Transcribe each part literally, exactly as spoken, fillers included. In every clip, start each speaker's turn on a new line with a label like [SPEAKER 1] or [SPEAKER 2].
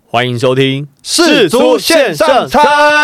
[SPEAKER 1] 欢迎收听
[SPEAKER 2] 世足线上餐，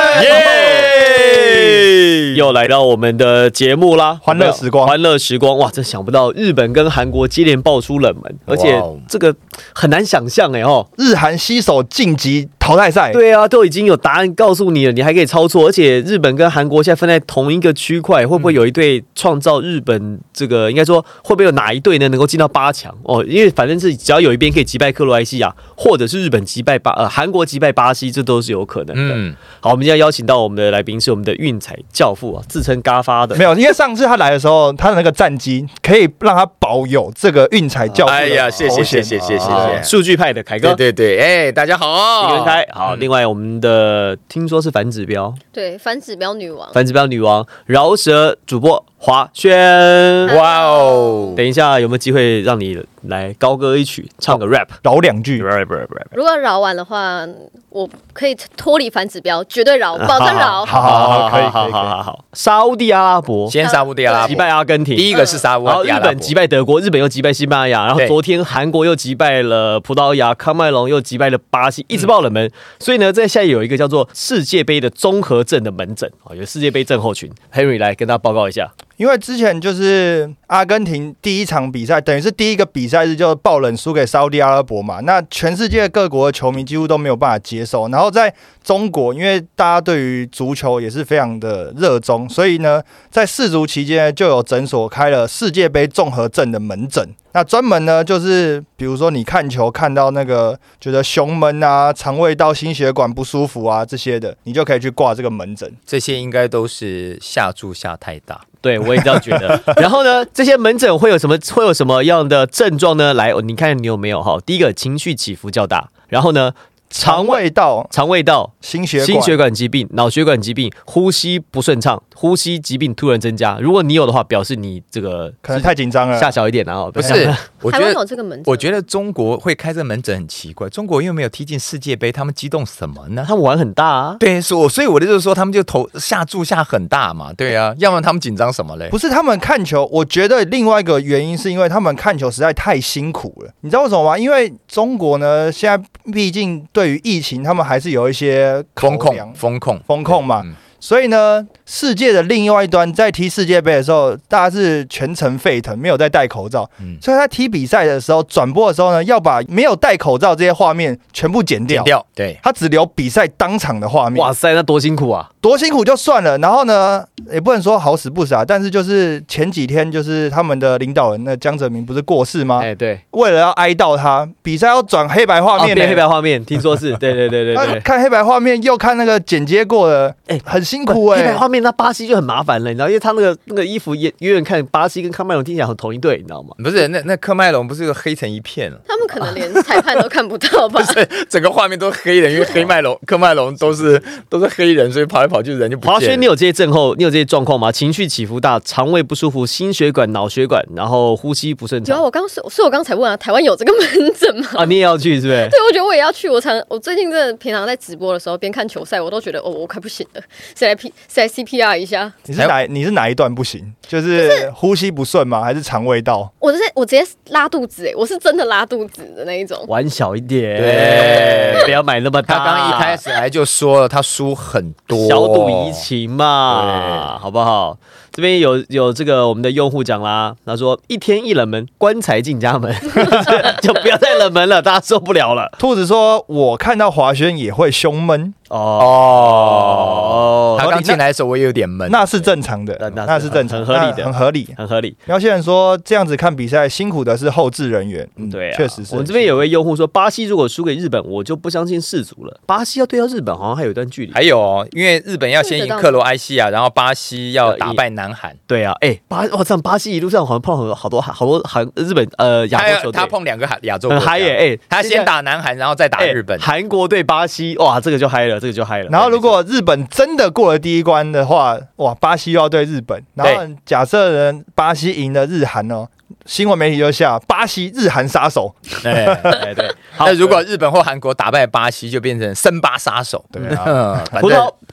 [SPEAKER 1] 耶！又来到我们的节目啦，
[SPEAKER 2] 欢乐时光，
[SPEAKER 1] 欢乐时光，哇！真想不到日本跟韩国接连爆出冷门，而且这个很难想象哎哦，
[SPEAKER 2] 日韩携手晋级淘汰赛。
[SPEAKER 1] 对啊，都已经有答案告诉你了，你还可以操作，而且日本跟韩国现在分在同一个区块，会不会有一队创造日本这个应该说会不会有哪一队呢能够进到八强哦？因为反正是只要有一边可以击败克罗埃西亚，或者是日本击败巴呃韩国击败巴西，这都是有可能的。嗯，好，我们今天邀请到我们的来宾是我们的运彩教父啊，自称嘎发的。
[SPEAKER 2] 没有，因为上次他来的时候，他的那个战绩可以让他保有这个运彩教父的头衔。
[SPEAKER 3] 哎呀，谢谢谢谢谢谢谢谢，
[SPEAKER 1] 数据派的凯哥。
[SPEAKER 3] 对对对，哎，大家好，
[SPEAKER 1] 李文开。好，另外我们的听说是反指标，
[SPEAKER 4] 对，反指标女王，
[SPEAKER 1] 反指标女王，饶舌主播华萱。
[SPEAKER 3] 哇哦！
[SPEAKER 1] 等一下有没有机会让你来高歌一曲，唱个 rap，
[SPEAKER 2] 饶两句
[SPEAKER 1] rap rap rap。
[SPEAKER 4] 如果饶完的话，我可以脱离反指标，绝对饶，保证饶。
[SPEAKER 2] 好好好，可以可以
[SPEAKER 1] 好好好。沙烏地阿拉伯
[SPEAKER 3] 先沙烏地阿拉伯
[SPEAKER 1] 击败阿根廷，
[SPEAKER 3] 第一个是沙烏地阿拉伯，
[SPEAKER 1] 然后日本击败德国，日本又击败西班牙，然后昨天韩国又击败了葡萄牙，喀麦隆又击败了巴西，一直爆冷门。所以呢，在现在有一个叫做世界杯的综合症的门诊啊，有世界杯症候群。Henry 来跟大家报告一下。
[SPEAKER 2] 因为之前就是阿根廷第一场比赛，等于是第一个比赛日就爆冷输给沙烏地阿拉伯嘛，那全世界各国的球迷几乎都没有办法接受。然后在中国，因为大家对于足球也是非常的热衷，所以呢，在世足期间就有诊所开了世界杯综合症的门诊。那专门呢，就是比如说你看球看到那个觉得胸闷啊、肠胃道、心血管不舒服啊这些的，你就可以去挂这个门诊。
[SPEAKER 3] 这些应该都是下注下太大。
[SPEAKER 1] 对，我也这样觉得。然后呢，这些门诊会有什么会有什么样的症状呢？来，你看你有没有哈？第一个，情绪起伏较大。然后呢，
[SPEAKER 2] 肠胃道、
[SPEAKER 1] 肠胃道、
[SPEAKER 2] 心血管、
[SPEAKER 1] 心血管疾病、脑血管疾病、呼吸不顺畅、呼吸疾病突然增加。如果你有的话，表示你这个
[SPEAKER 2] 可能太紧张了，
[SPEAKER 1] 下小一点啊。
[SPEAKER 3] 不是，我觉
[SPEAKER 4] 台湾
[SPEAKER 3] 得
[SPEAKER 4] 有这个门诊，
[SPEAKER 3] 我觉得中国会开这个门诊很奇怪。中国又没有踢进世界杯，他们激动什么呢？
[SPEAKER 1] 他们玩很大啊。
[SPEAKER 3] 对，所所以我的就是说，他们就投下注下很大嘛。对啊，要不然他们紧张什么嘞？
[SPEAKER 2] 不是他们看球，我觉得另外一个原因是因为他们看球实在太辛苦了。你知道为什么吗？因为中国呢，现在毕竟对于疫情，他们还是有一些
[SPEAKER 3] 风控、风控、
[SPEAKER 2] 风控嘛。嗯，所以呢，世界的另外一端在踢世界杯的时候，大家是全程沸腾，没有在戴口罩。嗯，所以他踢比赛的时候，转播的时候呢，要把没有戴口罩这些画面全部剪掉。
[SPEAKER 3] 剪掉，对，
[SPEAKER 2] 他只留比赛当场的画面。
[SPEAKER 1] 哇塞，那多辛苦啊！
[SPEAKER 2] 多辛苦就算了，然后呢，也不能说好死不死啊，但是就是前几天，就是他们的领导人那江泽民不是过世吗？
[SPEAKER 1] 哎，对，
[SPEAKER 2] 为了要哀悼他，比赛要转黑白画面、欸，
[SPEAKER 1] 哦，变黑白画面，听说是，对对对对对，
[SPEAKER 2] 看黑白画面又看那个剪接过的，哎、欸，很辛苦哎、欸。
[SPEAKER 1] 黑白画面，那巴西就很麻烦了，你知道，因为他那个那个衣服远远看，巴西跟喀麦隆听起来很同一队，你知道吗？
[SPEAKER 3] 不是，那那喀麦隆不是黑成一片了？
[SPEAKER 4] 他们可能连裁判都看不到吧？
[SPEAKER 3] 不是，整个画面都是黑人，因为黑麦隆、喀麦隆都是都是黑人，所以跑来跑去人就不见了。
[SPEAKER 1] 你有这些症候，你有这些状况吗？情绪起伏大，肠胃不舒服，心血管、脑血管，然后呼吸不顺畅。
[SPEAKER 4] 有啊，我刚是，所以我刚才问啊，台湾有这个门诊吗？
[SPEAKER 1] 啊，你也要去是不是？
[SPEAKER 4] 对，我觉得我也要去。我常，我最近真的平常在直播的时候，边看球赛，我都觉得哦，我快不行了，谁来 P， 谁来 C P R 一下？
[SPEAKER 2] 你是哪？你是哪一段不行？就是呼吸不顺吗？还是肠胃道？
[SPEAKER 4] 我是我直接拉肚子哎，我是真的拉肚子的那一种。
[SPEAKER 1] 玩小一点，
[SPEAKER 3] 对，
[SPEAKER 1] 不要买那么大。
[SPEAKER 3] 他刚刚一开始来就说了，他输很多，
[SPEAKER 1] 小赌怡情嘛，好不好？这边有有这个我们的用户讲啦，他说一天一冷门，棺材进家门，就不要再冷门了，大家受不了了。
[SPEAKER 2] 兔子说，我看到华萱也会胸闷。
[SPEAKER 3] 哦哦，他刚进来的时候我也有点闷，
[SPEAKER 2] 那是正常的，那是正常，
[SPEAKER 1] 很合理的，
[SPEAKER 2] 很合理，
[SPEAKER 1] 很合理。
[SPEAKER 2] 苗先生说，这样子看比赛辛苦的是后置人员，
[SPEAKER 1] 嗯，对啊，
[SPEAKER 2] 确实是。
[SPEAKER 1] 我们这边有位用户说，巴西如果输给日本，我就不相信世足了。巴西要对到日本，好像还有一段距离。
[SPEAKER 3] 还有哦，因为日本要先赢克罗埃西亚，然后巴西要打败南韩。
[SPEAKER 1] 对啊，哎，巴哇，这样巴西一路上好像碰了好多好多韩日本呃亚洲球队，
[SPEAKER 3] 他碰两个亚洲
[SPEAKER 1] 很嗨耶，哎，
[SPEAKER 3] 他先打南韩，然后再打日本。
[SPEAKER 1] 韩国对巴西，哇，这个就嗨了，这个就嗨了。
[SPEAKER 2] 然后如果日本真的过了第一关的话，哇，巴西又要对日本。然后假设人巴西赢了日韩哦，新闻媒体就下巴西日韩杀手。
[SPEAKER 3] 对对对。那如果日本或韩国打败巴西，就变成森巴杀手。
[SPEAKER 2] 对啊，
[SPEAKER 1] 葡萄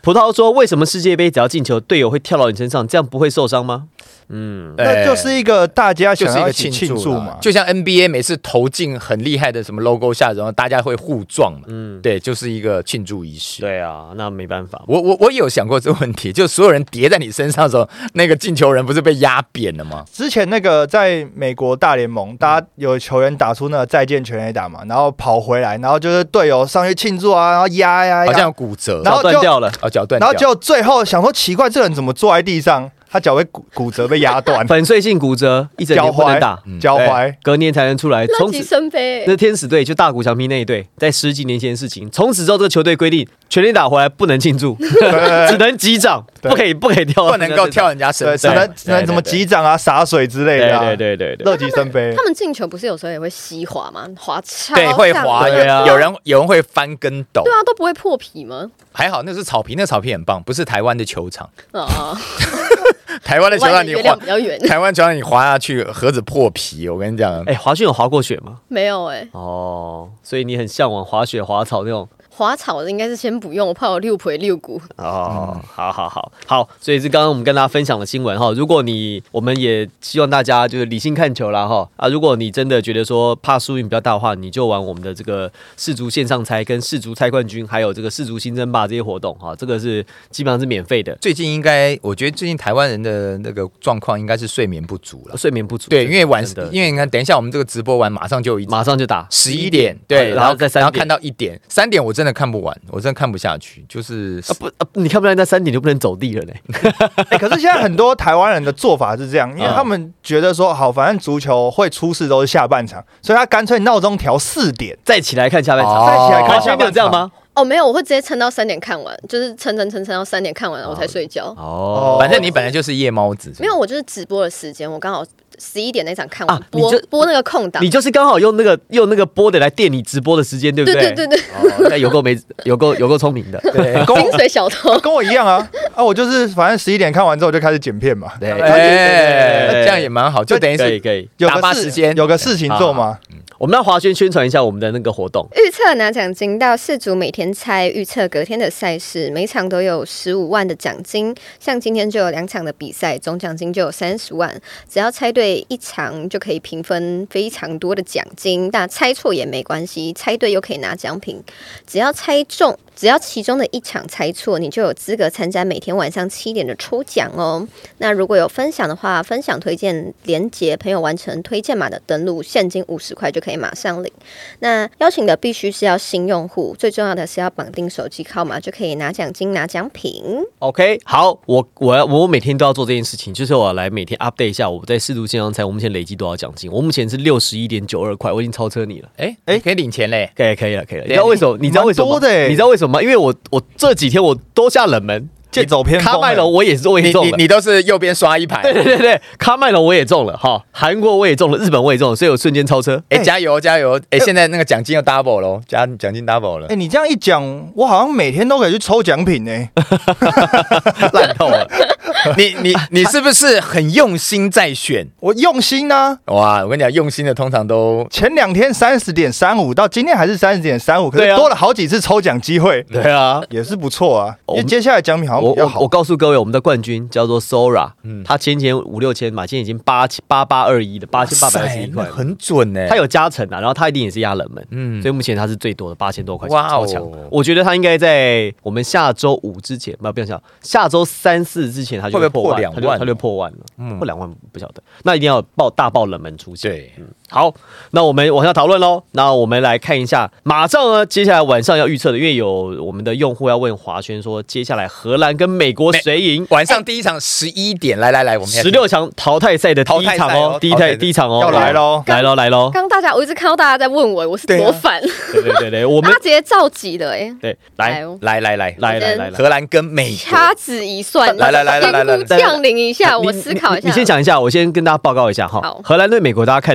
[SPEAKER 1] 葡萄说，为什么世界杯只要进球，队友会跳到你身上，这样不会受伤吗？嗯，
[SPEAKER 2] 那就是一个大家想要一起
[SPEAKER 3] 庆
[SPEAKER 2] 庆祝嘛，
[SPEAKER 3] 就像 N B A 每次投进很厉害的什么 logo 下，然后大家会互撞嘛，嗯，对，就是一个庆祝仪式。
[SPEAKER 1] 对啊，那没办法，
[SPEAKER 3] 我我我有想过这个问题，就所有人叠在你身上的时候，那个进球人不是被压扁了吗？
[SPEAKER 2] 之前那个在美国大联盟，大家有球员打出那个再见全垒打嘛，然后跑回来，然后就是队友上去庆祝啊，然后压呀，
[SPEAKER 3] 好像有骨折，
[SPEAKER 2] 然后
[SPEAKER 1] 断掉了，
[SPEAKER 3] 哦，脚断掉，
[SPEAKER 2] 然后就最后想说奇怪，这个人怎么坐在地上？他脚被骨骨折被压断，
[SPEAKER 1] 粉碎性骨折，一整年不能打，
[SPEAKER 2] 脚踝
[SPEAKER 1] 隔年才能出来。
[SPEAKER 4] 乐极生悲。
[SPEAKER 1] 那天使队就大谷翔平那一队，在十几年前的事情，从此之后这个球队规定，全垒打回来不能庆祝，只能击掌，不可以不可以跳，
[SPEAKER 3] 不能够跳人家身
[SPEAKER 2] 上，只能只能怎么击掌啊、洒水之类的。
[SPEAKER 1] 对对对对，
[SPEAKER 2] 乐极生悲。
[SPEAKER 4] 他们进球不是有时候也会西滑吗？滑超
[SPEAKER 3] 对，会滑，有人有人会翻跟斗。
[SPEAKER 4] 对啊，都不会破皮吗？
[SPEAKER 3] 还好那是草皮，那草皮很棒，不是台湾的球场。
[SPEAKER 4] 啊。
[SPEAKER 3] 台湾的球场你滑
[SPEAKER 4] 比较远，
[SPEAKER 3] 台湾球场你滑下去盒子破皮，我跟你讲。
[SPEAKER 1] 哎，华讯有滑过雪吗？
[SPEAKER 4] 没有哎。
[SPEAKER 1] 哦，所以你很向往滑雪、滑草那种。
[SPEAKER 4] 滑草的应该是先不用，我怕我六腿六骨。
[SPEAKER 1] 哦，好好好好，所以是刚刚我们跟大家分享的新闻哈。如果你我们也希望大家就是理性看球啦哈啊，如果你真的觉得说怕输赢比较大的话，你就玩我们的这个世足线上猜跟世足猜冠军，还有这个世足新争霸这些活动哈，这个是基本上是免费的。
[SPEAKER 3] 最近应该，我觉得最近台湾人的那个状况应该是睡眠不足了，
[SPEAKER 1] 睡眠不足。
[SPEAKER 3] 对，因为晚，因为你看，等一下我们这个直播完，马上就
[SPEAKER 1] 马上就打
[SPEAKER 3] 十一点，对，
[SPEAKER 1] 然后再三点，
[SPEAKER 3] 然后看到一点，三点我真的看不完，我真的看不下去，就是
[SPEAKER 1] 啊不啊，你看不到那三点就不能走地了呢。
[SPEAKER 2] 欸、可是现在很多台湾人的做法是这样，因为他们觉得说好，反正足球会出事都是下半场，所以他干脆闹钟调四点
[SPEAKER 1] 再起来看下半场，
[SPEAKER 2] 哦、再起来看下半场，
[SPEAKER 1] 有这样吗？
[SPEAKER 4] 哦，没有，我会直接撑到三点看完，就是撑撑撑撑到三点看完，我才睡觉。
[SPEAKER 1] 哦，
[SPEAKER 3] 反正你本来就是夜猫子。
[SPEAKER 4] 没有，我就是直播的时间，我刚好十一点那场看完，
[SPEAKER 1] 啊、
[SPEAKER 4] 播播那个空档，
[SPEAKER 1] 你就是刚好用那个用那个播的来垫你直播的时间，对不对？
[SPEAKER 4] 对对对对。
[SPEAKER 1] 哦，那有够没有够有够聪明的，
[SPEAKER 2] 对，
[SPEAKER 4] 薪水小偷
[SPEAKER 2] 跟我一样啊啊！我就是反正十一点看完之后就开始剪片嘛，
[SPEAKER 1] 对，
[SPEAKER 3] 哎，这样也蛮好，就等于是
[SPEAKER 1] 可以可以
[SPEAKER 2] 有
[SPEAKER 3] 打发时间，
[SPEAKER 2] 有个事情做嘛。
[SPEAKER 1] 我们让华轩宣传一下我们的那个活动，
[SPEAKER 4] 预测拿奖金到世足每天猜预测隔天的赛事，每场都有十五万的奖金，像今天就有两场的比赛，总奖金就有三十万，只要猜对一场就可以平分非常多的奖金，但猜错也没关系，猜对又可以拿奖品，只要猜中。只要其中的一场猜错，你就有资格参加每天晚上七点的抽奖哦。那如果有分享的话，分享推荐连结，朋友完成推荐码的登录，现金五十块就可以马上领。那邀请的必须是要新用户，最重要的是要绑定手机号码，就可以拿奖金、拿奖品。
[SPEAKER 1] OK， 好，我我要我每天都要做这件事情，就是我要来每天 update 一下我在世足线上猜，我目前累积多少奖金？我目前是六十一点九二块，我已经超车你了。
[SPEAKER 3] 哎哎，可以领钱嘞，
[SPEAKER 1] 可以可以了可以了。你知道为什么？你知道为什么？你知道为什么吗？因为我我这几天我都下冷门。
[SPEAKER 2] 剑走偏锋，
[SPEAKER 1] 卡麦隆我也是我也中了，
[SPEAKER 3] 你 你, 你都是右边刷一排，
[SPEAKER 1] 对对对对，卡麦隆我也中了哈，韩国我也中了，日本我也中了，所以我瞬间超车。
[SPEAKER 3] 哎、欸，加油加油！哎、欸，现在那个奖金又 double 了，加奖金 double 了。
[SPEAKER 2] 哎、欸，你这样一讲，我好像每天都可以去抽奖品呢、欸，
[SPEAKER 1] 烂透了。
[SPEAKER 3] 你你你是不是很用心在选？
[SPEAKER 2] 我用心啊！
[SPEAKER 3] 哇，我跟你讲，用心的通常都
[SPEAKER 2] 前两天三十点三五，到今天还是三十点三五，可是多了好几次抽奖机会。
[SPEAKER 1] 对啊，
[SPEAKER 2] 也是不错啊。因为接下来奖品好像比较好。
[SPEAKER 1] 我我我告诉各位，我们的冠军叫做 Sora， 嗯，他前前五六千嘛，现在已经八八八二一的八千八百二十一块，
[SPEAKER 3] 很准哎、欸。
[SPEAKER 1] 他有加成啊，然后他一定也是压冷门，嗯，所以目前他是最多的八千多块钱，超强。我觉得他应该在我们下周五之前，不要不要想，下周三四之前他就
[SPEAKER 3] 会不会破两万？
[SPEAKER 1] 他就破万了，嗯，破两万不晓得。那一定要爆大爆冷门出现。
[SPEAKER 3] 对，
[SPEAKER 1] 嗯，好，那我们往下讨论喽。那我们来看一下，马上呢，接下来晚上要预测的，因为有我们的用户要问华轩说，接下来荷兰跟美国谁赢？
[SPEAKER 3] 晚上第一场十一点，来来来，我们
[SPEAKER 1] 十六强淘汰赛的第一场哦，第一场第一场哦，
[SPEAKER 2] 要来喽，
[SPEAKER 1] 来喽来喽！
[SPEAKER 4] 刚大家我一直看到大家在问我，我是多烦，
[SPEAKER 1] 对对对对，我们
[SPEAKER 4] 他直接召集了哎，
[SPEAKER 1] 对，来
[SPEAKER 3] 来来来
[SPEAKER 1] 来来来，
[SPEAKER 3] 荷兰跟美国
[SPEAKER 4] 掐指一算，
[SPEAKER 3] 来来来来来来，
[SPEAKER 4] 降临一下，我思考一下。
[SPEAKER 1] 你先讲一下，我先跟大家报告一下哈。荷兰对美国，大家看到我们在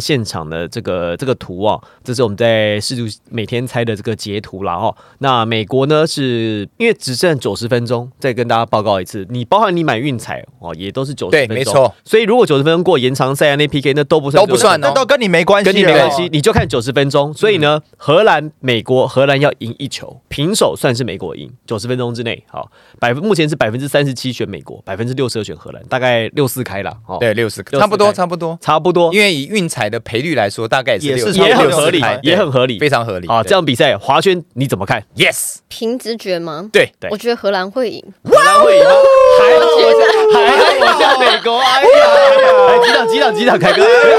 [SPEAKER 1] 现场的这个这个图啊，这是我们在世足每天猜的这个截图啦哈。那美国呢，是因为只剩九十分钟，再跟大家报告一次，你包含你买运彩哦，也都是九十分钟，
[SPEAKER 3] 对，没错。
[SPEAKER 1] 所以如果九十分钟过延长赛啊，那 P K 那都不算，
[SPEAKER 3] 都不算哦，
[SPEAKER 2] 那都跟你没关系，
[SPEAKER 1] 跟你没关系，你就看九十分钟。所以呢，荷兰、美国，荷兰要赢一球，平手算是美国赢。九十分钟之内，好，百分目前是百分之三十七选美国，百分之六十二选荷兰，大概六四开了。哦，
[SPEAKER 3] 对，六四差不多，差不多，
[SPEAKER 1] 差不多。
[SPEAKER 3] 因为以运彩的赔率来说，大概
[SPEAKER 2] 也是
[SPEAKER 1] 也很合理，也很合理，
[SPEAKER 3] 非常合理。
[SPEAKER 1] 好，这样比赛，华轩你怎么看
[SPEAKER 3] ？Yes，
[SPEAKER 4] 凭直觉吗？
[SPEAKER 3] 对
[SPEAKER 1] 对，
[SPEAKER 4] 我觉得荷兰会赢。
[SPEAKER 1] 荷兰会赢吗？还好我还好我像美国，哎呀，几场几场几场，凯哥，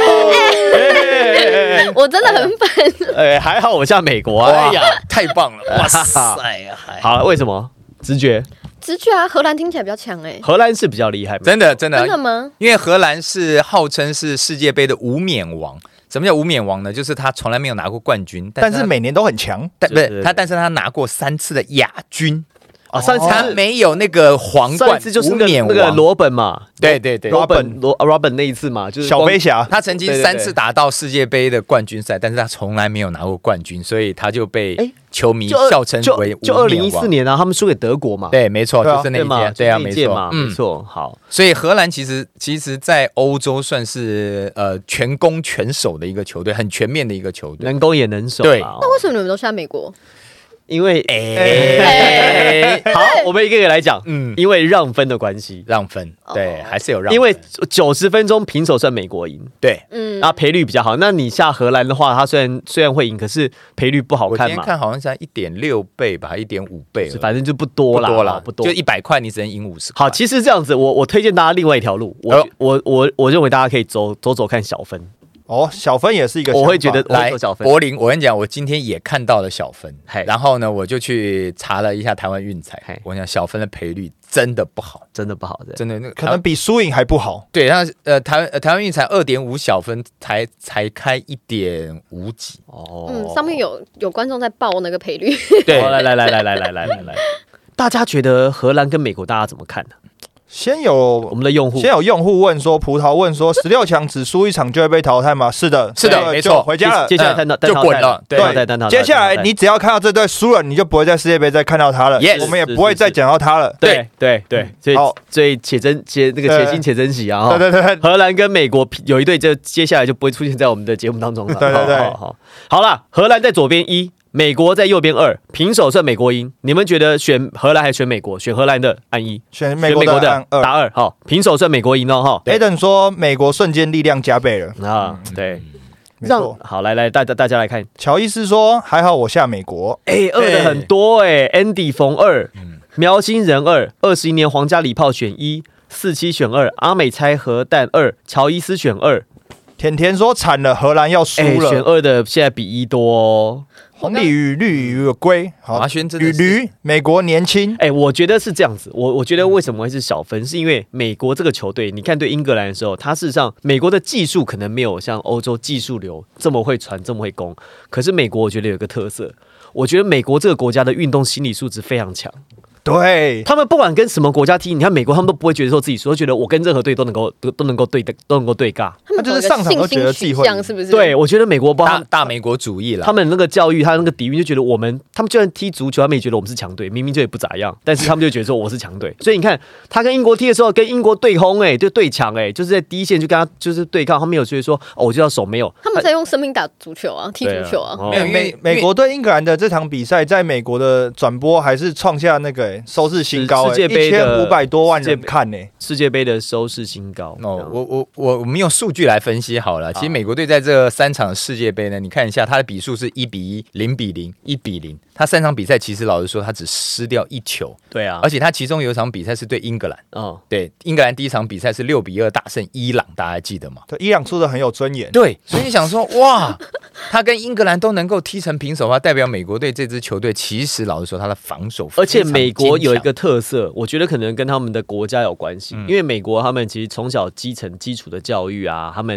[SPEAKER 4] 我真的很烦。
[SPEAKER 1] 哎，还好我像美国，哎呀，
[SPEAKER 3] 太棒了，哇塞呀！
[SPEAKER 1] 好，为什么？直觉。
[SPEAKER 4] 直觉啊，荷兰听起来比较强哎、欸。
[SPEAKER 1] 荷兰是比较厉害，
[SPEAKER 3] 真的真的
[SPEAKER 4] 真的吗？
[SPEAKER 3] 因为荷兰是号称是世界杯的无冕王。什么叫无冕王呢？就是他从来没有拿过冠军，
[SPEAKER 2] 但是每年都很强。
[SPEAKER 3] 但不是他，但是他拿过三次的亚军。
[SPEAKER 1] 哦，上次
[SPEAKER 3] 他没有那个皇冠，
[SPEAKER 1] 上一次就是那个那个罗本嘛，
[SPEAKER 3] 对对对，
[SPEAKER 1] 罗本罗罗本那一次嘛，就是
[SPEAKER 2] 小飞侠，
[SPEAKER 3] 他曾经三次打到世界杯的冠军赛，但是他从来没有拿过冠军，所以他就被球迷笑称为
[SPEAKER 1] 就二零一四年啊，他们输给德国嘛，
[SPEAKER 3] 对，没错，就是那一届，对啊，没错，
[SPEAKER 1] 没错，好，
[SPEAKER 3] 所以荷兰其实其实在欧洲算是呃全攻全守的一个球队，很全面的一个球队，
[SPEAKER 1] 能攻也能守。
[SPEAKER 3] 对，
[SPEAKER 4] 那为什么你们都下美国？
[SPEAKER 1] 因为
[SPEAKER 3] 哎，
[SPEAKER 1] 好，我们一个一个来讲。嗯，因为让分的关系，
[SPEAKER 3] 让分，对，还是有让分。
[SPEAKER 1] 因为九十分钟平手算美国赢，
[SPEAKER 3] 对，
[SPEAKER 4] 嗯，
[SPEAKER 1] 然后赔率比较好。那你下荷兰的话，它虽然虽然会赢，可是赔率不好看嘛。
[SPEAKER 3] 我今天看好像是一点六倍吧，一点五倍，
[SPEAKER 1] 反正就不多啦，
[SPEAKER 3] 不多啦，
[SPEAKER 1] 不多，
[SPEAKER 3] 就一百块你只能赢五十。
[SPEAKER 1] 好，其实这样子，我我推荐大家另外一条路，我我我我认为大家可以走走走看小分。
[SPEAKER 2] 哦，小分也是一个，
[SPEAKER 1] 我会觉得
[SPEAKER 3] 来柏林，我跟你讲，我今天也看到了小分，然后呢，我就去查了一下台湾运彩，我跟你讲小分的赔率真的不好，
[SPEAKER 1] 真的不好，
[SPEAKER 3] 真的那
[SPEAKER 2] 可能比输赢还不好。
[SPEAKER 3] 对，那呃台呃台湾运彩二点五小分才才开一点五几
[SPEAKER 4] 哦，嗯，上面有有观众在报那个赔率，
[SPEAKER 1] 对，来来来来来来来来来，大家觉得荷兰跟美国大家怎么看呢？
[SPEAKER 2] 先有
[SPEAKER 1] 我们的用户，
[SPEAKER 2] 先有用户问说，葡萄问说，十六强只输一场就会被淘汰吗？是的，
[SPEAKER 3] 是的，没错，
[SPEAKER 2] 回家了，
[SPEAKER 1] 接下来单淘
[SPEAKER 3] 就滚了，
[SPEAKER 2] 对，接下来你只要看到这队输了，你就不会在世界杯再看到他了，我们也不会再讲到他了。
[SPEAKER 1] 对对对，所以所以且珍且那个且行且珍惜啊！
[SPEAKER 2] 对对对，
[SPEAKER 1] 荷兰跟美国有一队，就接下来就不会出现在我们的节目当中了。
[SPEAKER 2] 对对对，
[SPEAKER 1] 好，好了，荷兰在左边一。美国在右边二，平手算美国赢。你们觉得选荷兰还是选美国？选荷兰的按一，
[SPEAKER 2] 选美国的按二，
[SPEAKER 1] 打二。好，平手算美国赢哦。哈
[SPEAKER 2] ，Aden 说美国瞬间力量加倍了
[SPEAKER 1] 啊，对，
[SPEAKER 2] 让
[SPEAKER 1] 好来来，大家大家来看。
[SPEAKER 2] 乔伊斯说还好我下美国，
[SPEAKER 1] 哎，二的很多哎 ，Andy 冯二，苗星人二，二十一年皇家礼炮选一，四七选二，阿美猜核弹二，乔伊斯选二。
[SPEAKER 2] 甜甜说惨了，荷兰要输了。
[SPEAKER 1] 选二的现在比一多哦。
[SPEAKER 2] 红鲤鱼、绿鱼、龟，
[SPEAKER 3] 华轩真
[SPEAKER 2] 的是驴。美国年轻，
[SPEAKER 1] 哎、欸，我觉得是这样子。我我觉得为什么会是小分，是因为美国这个球队，你看对英格兰的时候，它事实上美国的技术可能没有像欧洲技术流这么会传、这么会攻。可是美国我觉得有个特色，我觉得美国这个国家的运动心理素质非常强。
[SPEAKER 2] 对，
[SPEAKER 1] 他们不管跟什么国家踢，你看美国他们都不会觉得说自己输，都觉得我跟任何队都能够都都能够对的都能够对尬。
[SPEAKER 4] 他们
[SPEAKER 2] 就是上场都觉得自己会，
[SPEAKER 4] 是不是？
[SPEAKER 1] 对，我觉得美国包
[SPEAKER 3] 大大美国主义了，
[SPEAKER 1] 他们那个教育，他那个底蕴就觉得我们，他们就算踢足球，他们也觉得我们是强队，明明就也不咋样，但是他们就觉得说我是强队。所以你看他跟英国踢的时候，跟英国对轰，哎，就对抢，哎，就是在第一线就跟他就是对抗，他没有觉得说哦，我就要守，没有，
[SPEAKER 4] 他们在用生命打足球啊，踢足球啊。
[SPEAKER 2] 没有，美美国对英格兰的这场比赛，在美国的转播还是创下那个收视新高。
[SPEAKER 1] 世界杯
[SPEAKER 2] 一千五百多万人看呢、欸，
[SPEAKER 1] 世界杯的收视新高。
[SPEAKER 3] 哦，我我我我们用数据来分析好了。其实美国队在这三场世界杯呢，你看一下它的比数是一比一、零比零、一比零。他三场比赛其实老实说，他只失掉一球。
[SPEAKER 1] 对啊，
[SPEAKER 3] 而且他其中有一场比赛是对英格兰。哦，对，英格兰第一场比赛是六比二大胜伊朗，大家还记得吗？
[SPEAKER 2] 对，伊朗输的很有尊严。
[SPEAKER 3] 对，所以你想说，哇，他跟英格兰都能够踢成平手的话，代表美国队这支球队其实老实说，他的防守非常坚强。
[SPEAKER 1] 而且美国有一个特色，我觉得可能跟他们的国家有关系，嗯、因为美国他们其实从小基层基础的教育啊，他们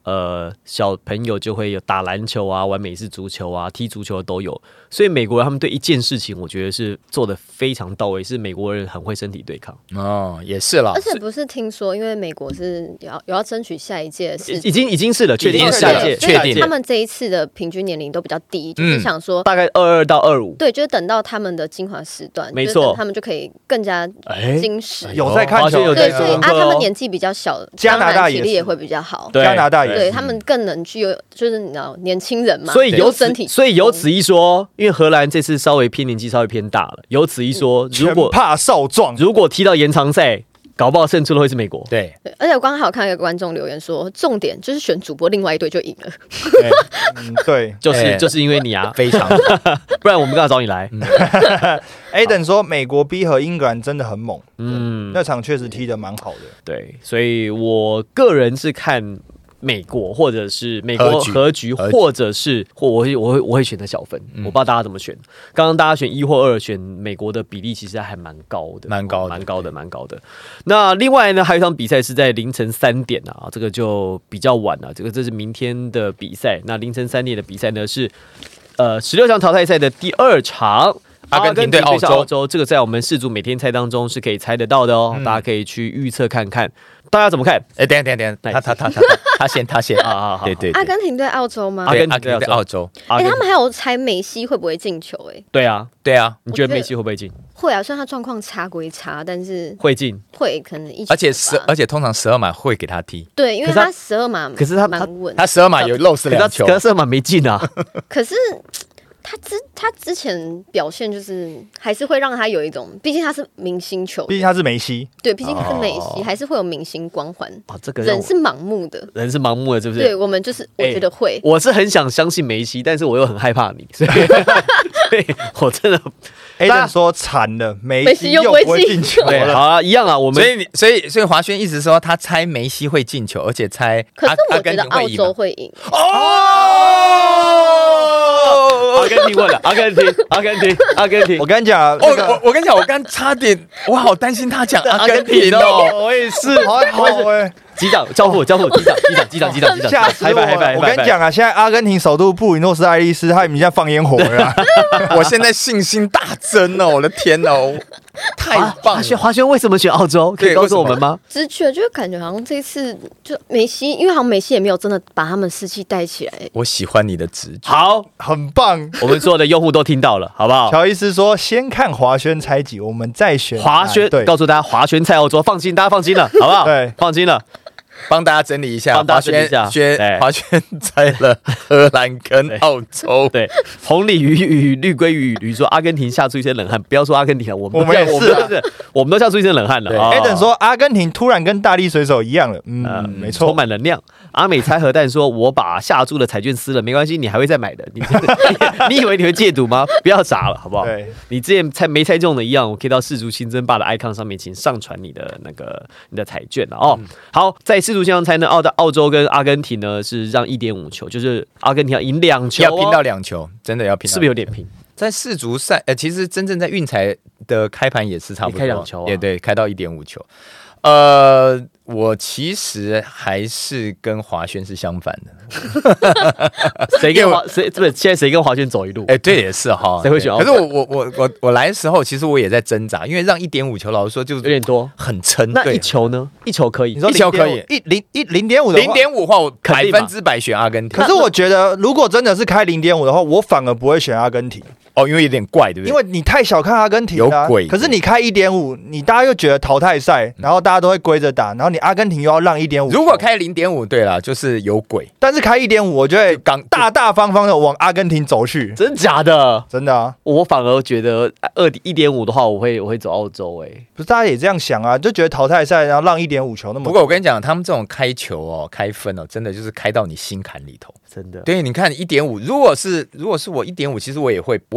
[SPEAKER 1] 呃小朋友就会有打篮球啊、玩美式足球啊、踢足球都有，所以美国人他们对一件事情，我觉得是做的非常到位，是美国人很会身体对抗。
[SPEAKER 3] 哦，也是啦。
[SPEAKER 4] 而且不是听说，因为美国是有要有要争取下一届世
[SPEAKER 1] 已经已经是了，确定
[SPEAKER 3] 已经是了
[SPEAKER 1] 下一届，
[SPEAKER 3] 确定
[SPEAKER 4] 他们这一次的平均年龄都比较低，就是想说。
[SPEAKER 1] 大概二二到二五，
[SPEAKER 4] 对，就是等到他们的精华时段，
[SPEAKER 1] 没错，
[SPEAKER 4] 他们就可以更加精实。
[SPEAKER 2] 有在看球，
[SPEAKER 1] 有
[SPEAKER 4] 对，所以啊，
[SPEAKER 1] 在做
[SPEAKER 4] 他们年纪比较小，
[SPEAKER 2] 加拿大
[SPEAKER 4] 体力也会比较好。
[SPEAKER 2] 加拿大也
[SPEAKER 4] 对他们更能具有，就是你知道年轻人嘛，
[SPEAKER 1] 所以由此
[SPEAKER 4] 身体，
[SPEAKER 1] 所以由此一说，因为荷兰这次稍微偏年纪稍微偏大了，由此一说，如果
[SPEAKER 2] 怕少壮，
[SPEAKER 1] 如果踢到延长赛。搞不好胜出的会是美国，
[SPEAKER 3] 对，
[SPEAKER 4] 对，而且我刚刚还有看一个观众留言说，重点就是选主播另外一队就赢了。
[SPEAKER 2] 对，嗯、对
[SPEAKER 1] 就是、
[SPEAKER 3] 欸、
[SPEAKER 1] 就是因为你啊，
[SPEAKER 3] 非常，
[SPEAKER 1] 不然我们干嘛找你来？
[SPEAKER 2] 嗯、Aden 说美国逼和英格兰真的很猛，嗯，那场确实踢得蛮好的。
[SPEAKER 1] 对，所以我个人是看。美国或者是美国和局，或者是或我会我会我会选择小分，嗯、我不知道大家怎么选。刚刚大家选一或二，选美国的比例其实还蛮高的，
[SPEAKER 3] 蛮高的，
[SPEAKER 1] 蛮高的，蛮高的。那另外呢，还有一场比赛是在凌晨三点啊，这个就比较晚了。这个这是明天的比赛。那凌晨三点的比赛呢是呃十六强淘汰赛的第二场。
[SPEAKER 3] 阿根廷对澳洲，
[SPEAKER 1] 澳洲这个在我们世足每天猜当中是可以猜得到的哦，嗯、大家可以去预测看看。大家怎么看？
[SPEAKER 3] 哎、欸，等一下等一下等一下，他他他他他先他先啊，对对，
[SPEAKER 4] 阿根廷对澳洲吗？
[SPEAKER 3] 阿根廷对澳洲。
[SPEAKER 4] 哎、欸，他们还有猜梅西会不会进球、欸？哎，
[SPEAKER 1] 对啊，
[SPEAKER 3] 对啊，
[SPEAKER 1] 你觉得梅西会不会进？
[SPEAKER 4] 会啊，虽然他状况差归差，但是
[SPEAKER 1] 会进，
[SPEAKER 4] 会可能一。
[SPEAKER 3] 而且十，而且通常十二码会给他踢。
[SPEAKER 4] 对，因为他十二码，
[SPEAKER 1] 可是他
[SPEAKER 4] 蛮稳，
[SPEAKER 3] 他十二码有漏失两球，
[SPEAKER 1] 可是十二码没进啊。
[SPEAKER 4] 可是。他之他之前表现就是还是会让他有一种，毕竟他是明星球员，
[SPEAKER 2] 毕竟他是梅西，
[SPEAKER 4] 对，毕竟他是梅西，哦、还是会有明星光环。
[SPEAKER 1] 啊，这个
[SPEAKER 4] 人是盲目的，
[SPEAKER 1] 人是盲目的，是不是？
[SPEAKER 4] 对，我们就是我觉得会、欸。
[SPEAKER 1] 我是很想相信梅西，但是我又很害怕你，所以，所以我真的。
[SPEAKER 2] Aden 说惨了，梅西又不会进球了。
[SPEAKER 1] 对，好啊，一样啊，我们
[SPEAKER 3] 所以你所以所以华轩一直说他猜梅西会进球，而且猜
[SPEAKER 4] 可是我觉得澳洲会赢。
[SPEAKER 1] 哦。阿根廷问了，阿根廷，阿根廷，阿根廷。
[SPEAKER 2] 我跟你讲，
[SPEAKER 3] 哦，我我跟你讲，我刚差点，我好担心他讲阿根廷哦，
[SPEAKER 1] 我也是，
[SPEAKER 2] 好好哎。
[SPEAKER 1] 机长，教父，教父，机长，机长，机长，机长，机长，
[SPEAKER 2] 吓死我了！我跟你讲啊，现在阿根廷首都布宜诺斯艾利斯，他已经在放烟火了。
[SPEAKER 3] 我现在信心大增哦！我的天哦，太棒了！
[SPEAKER 1] 华轩，华轩为什么选澳洲？可以告诉我们吗？
[SPEAKER 4] 直觉就是感觉好像这次就梅西，因为好像梅西也没有真的把他们士气带起来。
[SPEAKER 3] 我喜欢你的直觉，
[SPEAKER 1] 好，
[SPEAKER 2] 很棒。
[SPEAKER 1] 我们所有的用户都听到了，好不好？
[SPEAKER 2] 乔伊斯说：“先看华轩猜几，我们再选
[SPEAKER 1] 华轩。”对，告诉大家华轩猜澳洲，放心，大家放心了，好不好？
[SPEAKER 2] 对，
[SPEAKER 1] 放心了。
[SPEAKER 3] 帮大家整理一下，
[SPEAKER 1] 帮大家整理一下。
[SPEAKER 3] 轩华轩猜了荷兰跟澳洲。
[SPEAKER 1] 对，红鲤鱼与绿鲑鱼鱼说阿根廷吓出一身冷汗，不要说阿根廷了，我们
[SPEAKER 2] 我们也是，
[SPEAKER 1] 我们都吓出一身冷汗了。
[SPEAKER 2] Aden 说阿根廷突然跟大力水手一样了，嗯，没错，
[SPEAKER 1] 充满能量。阿美猜核弹说，我把下注的彩券撕了，没关系，你还会再买的。你你以为你会戒赌吗？不要傻了，好不好？
[SPEAKER 2] 对，
[SPEAKER 1] 你之前猜没猜中的一样，我可以到世足新争霸的 icon 上面，请上传你的那个你的彩券了哦。好，在世足线上猜呢，澳的澳洲跟阿根廷呢是让一点五球，就是阿根廷要赢两球、哦，
[SPEAKER 3] 要拼到两球，真的要拼到两球，
[SPEAKER 1] 是不是有点拼？
[SPEAKER 3] 在世足赛，呃，其实真正在运彩的开盘也是差不多，
[SPEAKER 1] 开两球、啊，
[SPEAKER 3] 也对，开到一点五球。呃，我其实还是跟华轩是相反的。
[SPEAKER 1] 谁跟华谁不是现在谁跟华轩走一路？
[SPEAKER 3] 哎、欸，对，也是哈。
[SPEAKER 1] 谁会选？
[SPEAKER 3] 可是我我我我我来的时候，其实我也在挣扎，因为让一点五球，老实说就
[SPEAKER 1] 有点多，
[SPEAKER 3] 很撑。
[SPEAKER 1] 那一球呢？一球可以，
[SPEAKER 2] 你说
[SPEAKER 3] 一球可以，
[SPEAKER 2] 一零一零点五的
[SPEAKER 3] 零点五的话，我百分之百选阿根廷。
[SPEAKER 2] 可是我觉得，如果真的是开零点五的话，我反而不会选阿根廷。
[SPEAKER 3] 哦，因为有点怪，对不对？
[SPEAKER 2] 因为你太小看阿根廷了、啊，
[SPEAKER 3] 有鬼。
[SPEAKER 2] 可是你开一点五，你大家又觉得淘汰赛，然后大家都会归着打，然后你阿根廷又要让一点五。
[SPEAKER 3] 如果开零点五，对啦，就是有鬼。
[SPEAKER 2] 但是开一点五，我就会大大方方的往阿根廷走去。
[SPEAKER 1] 真假的？
[SPEAKER 2] 真的啊！
[SPEAKER 1] 我反而觉得二一点五的话，我会我会走澳洲、欸。哎，
[SPEAKER 2] 不是大家也这样想啊？就觉得淘汰赛然后让一点五球那么。
[SPEAKER 3] 不过我跟你讲，他们这种开球哦、开分哦，真的就是开到你心坎里头。
[SPEAKER 1] 真的。
[SPEAKER 3] 对，你看一点五，如果是如果是我一点五，其实我也会我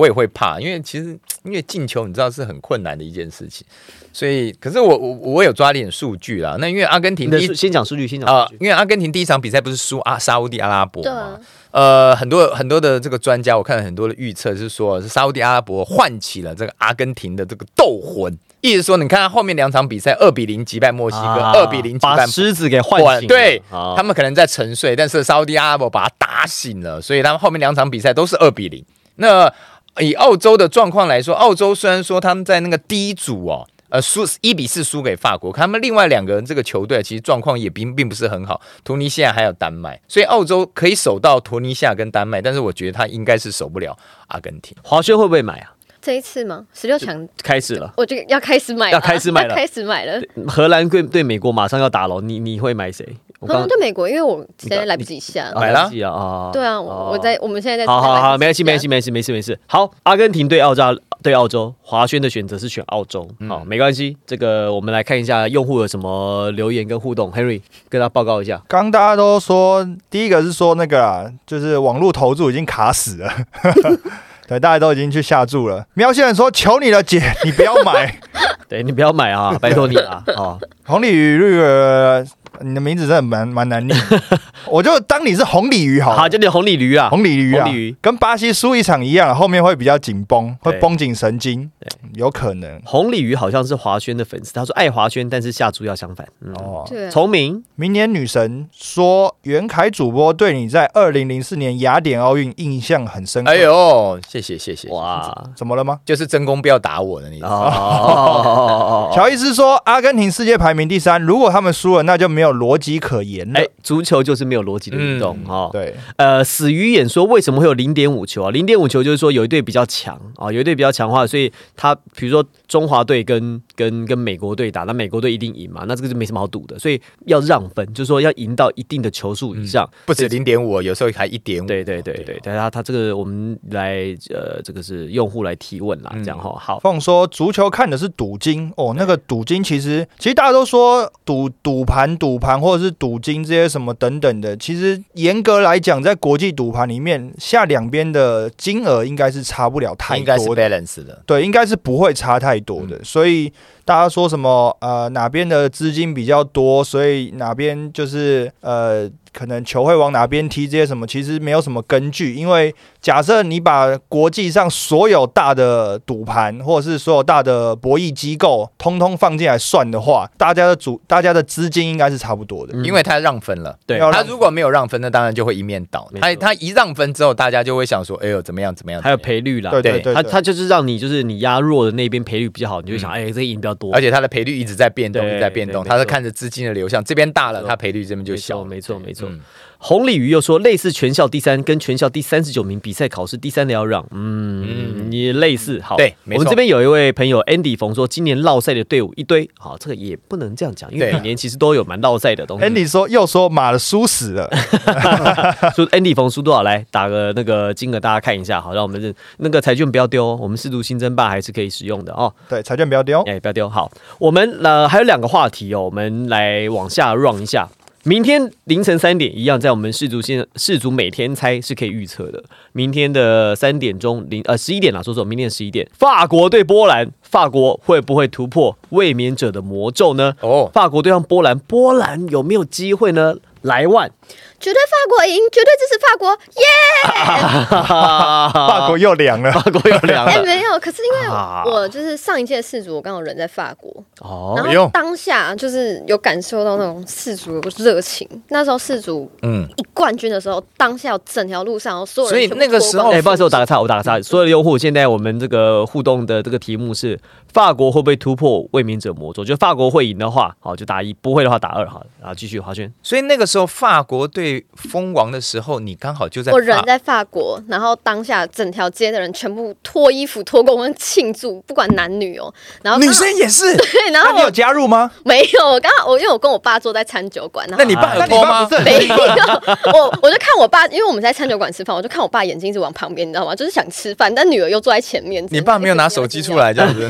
[SPEAKER 3] 我也会怕，因为其实因为进球你知道是很困难的一件事情，所以可是我我我有抓点数据啦。那因为阿根廷第一
[SPEAKER 1] 先讲数据，先讲数据、
[SPEAKER 3] 呃，因为阿根廷第一场比赛不是输阿沙烏地阿拉伯嘛？
[SPEAKER 4] 啊、
[SPEAKER 3] 呃，很多很多的这个专家，我看了很多的预测是说，是沙烏地阿拉伯唤起了这个阿根廷的这个斗魂。意思说，你看他后面两场比赛，二比零击败墨西哥，二、啊、比零击败
[SPEAKER 1] 把狮子给唤醒了。
[SPEAKER 3] 对、
[SPEAKER 1] 啊，
[SPEAKER 3] 他们可能在沉睡，但是沙烏地阿拉伯把他打醒了，所以他们后面两场比赛都是二比零。那以澳洲的状况来说，澳洲虽然说他们在那个第一组哦。呃，输一比四输给法国，他们另外两个人这个球队其实状况也并并不是很好，突尼西亚还有丹麦，所以澳洲可以守到突尼西亚跟丹麦，但是我觉得他应该是守不了阿根廷。
[SPEAKER 1] 华轩会不会买啊？
[SPEAKER 4] 这一次吗？十六强
[SPEAKER 1] 开始了，
[SPEAKER 4] 我觉得要开始买了，
[SPEAKER 1] 要开始买了，
[SPEAKER 4] 要开始买了。
[SPEAKER 1] 荷兰对对美国马上要打了，你你会买谁？
[SPEAKER 4] 荷兰对美国，因为我现在来不及下，
[SPEAKER 3] 买了
[SPEAKER 1] 啊！
[SPEAKER 4] 对啊，我我在我们现在在。
[SPEAKER 1] 好好好，没关系没关系没事没事没事。好，阿根廷对澳洲对澳洲，华轩的选择是选澳洲，好、嗯、没关系。这个我们来看一下用户有什么留言跟互动 ，Henry 跟他报告一下。
[SPEAKER 2] 刚刚大家都说，第一个是说那个啦，就是网络投注已经卡死了。对，大家都已经去下注了。喵星人说：“求你了，姐，你不要买。
[SPEAKER 1] 对你不要买啊，拜托你啊！哦，
[SPEAKER 2] 红鲤鱼那个，你的名字真的蛮蛮难念，我就当你是红鲤鱼好了。
[SPEAKER 1] 好，就你红鲤鱼啊，
[SPEAKER 2] 红鲤鱼啊，
[SPEAKER 1] 红鲤鱼
[SPEAKER 2] 跟巴西输一场一样，后面会比较紧绷，会绷紧神经，有可能。
[SPEAKER 1] 红鲤鱼好像是华轩的粉丝，他说爱华轩，但是下注要相反。嗯、哦，
[SPEAKER 4] 对，
[SPEAKER 1] 聪明。
[SPEAKER 2] 明年女神说，袁凯主播对你在二零零四年雅典奥运印象很深刻。
[SPEAKER 3] 哎呦，谢谢谢谢。
[SPEAKER 2] 哇，怎么了吗？
[SPEAKER 3] 就是真功不要打我的那种。
[SPEAKER 2] 哦，乔伊斯说，阿根廷世界排名第三，如果他们输了，那就没有逻辑可言了。
[SPEAKER 1] 哎，足球就是没有逻辑的运动哦。
[SPEAKER 2] 对，
[SPEAKER 1] 呃，死鱼眼说为什么会有零点五球啊？零点五球就是说有一队比较强啊，有一队比较强化，所以他比如说中华队跟跟跟美国队打，那美国队一定赢嘛，那这个就没什么好赌的，所以要让分，就是说要赢到一定的球数以上，
[SPEAKER 3] 嗯、不止零点五，有时候还一点五。
[SPEAKER 1] 对对对对，但他他这个我们来呃，这个是用户来提问啦，嗯、这样哈。好，
[SPEAKER 2] 凤说足球看的是赌金哦，那个赌金其实其实大家都说赌赌盘赌盘或者是赌金这些什么等等的，其实严格来讲，在国际赌盘里面下两边的金额应该是差不了太多的，
[SPEAKER 3] 应该是 balance 的，
[SPEAKER 2] 对，应该是不会差太多的，嗯、所以。大家说什么？呃，哪边的资金比较多，所以哪边就是呃，可能球会往哪边踢这些什么，其实没有什么根据。因为假设你把国际上所有大的赌盘或者是所有大的博弈机构通通放进来算的话，大家的主大家的资金应该是差不多的，
[SPEAKER 3] 嗯、因为他让分了。对，他如果没有让分，那当然就会一面倒。他他一让分之后，大家就会想说，哎呦，怎么样怎么样？
[SPEAKER 1] 还有赔率啦，
[SPEAKER 2] 对对 对, 对，
[SPEAKER 1] 他他就是让你就是你压弱的那边赔率比较好，你就会想，哎、嗯，欸，这个赢比较多。
[SPEAKER 3] 而且它的赔率一直在变动，一直在变动，它是看着资金的流向，这边大了，它赔率这边就小。
[SPEAKER 1] 没错，没错。嗯、红鲤鱼又说，类似全校第三跟全校第三十九名比赛考试第三的要让，嗯，嗯也类似。好，
[SPEAKER 3] 对，
[SPEAKER 1] 我们这边有一位朋友 Andy 冯说，今年落赛的队伍一堆，好，这个也不能这样讲，因为每年其实都有蛮落赛的东西。
[SPEAKER 2] Andy 说又说马了输死了，
[SPEAKER 1] 说 Andy 冯输多少？来打个那个金额，大家看一下，好，让我们那个彩券不要丢，我们四足新争霸还是可以使用的哦。
[SPEAKER 2] 对，彩券不要丢，
[SPEAKER 1] 哎，不要丢。好，我们呃还有两个话题哦，我们来往下 run 一下。明天凌晨三点一样，在我们世足现世足每天猜是可以预测的。明天的三点钟零呃十一点啦，说说明天十一点，法国对波兰，法国会不会突破卫冕者的魔咒呢？哦，法国对上波兰，波兰有没有机会呢？来万。
[SPEAKER 4] 绝对法国赢，绝对支持法国，耶！
[SPEAKER 2] 法国又凉了，
[SPEAKER 1] 法国又凉了。
[SPEAKER 4] 哎、欸，没有，可是因为我就是上一届世足，我刚好人在法国，哦，然后当下就是有感受到那种世足的热情。那时候世足嗯一冠军的时候，当下整条路上所有人，
[SPEAKER 3] 所以那个时候，
[SPEAKER 1] 哎、欸，不好意思，我打个岔，我打个岔。所有的用户，现在我们这个互动的这个题目是：法国会不会突破卫冕者魔咒？就法国会赢的话，好就打一；不会的话打二。好，然后继续华轩。
[SPEAKER 3] 所以那个时候法国对封王的时候，你刚好就在
[SPEAKER 4] 我人在法国，然后当下整条街的人全部脱衣服脱光光庆祝，不管男女哦。然后
[SPEAKER 3] 女生也是，
[SPEAKER 4] 对，然后
[SPEAKER 2] 你有加入吗？
[SPEAKER 4] 没有，我刚好我因为我跟我爸坐在餐酒馆，
[SPEAKER 3] 那你爸有脱吗？
[SPEAKER 4] 没有，我我就看我爸，因为我们在餐酒馆吃饭，我就看我爸眼睛一直往旁边，你知道吗？就是想吃饭，但女儿又坐在前面。
[SPEAKER 3] 你爸没有拿手机出来这样子？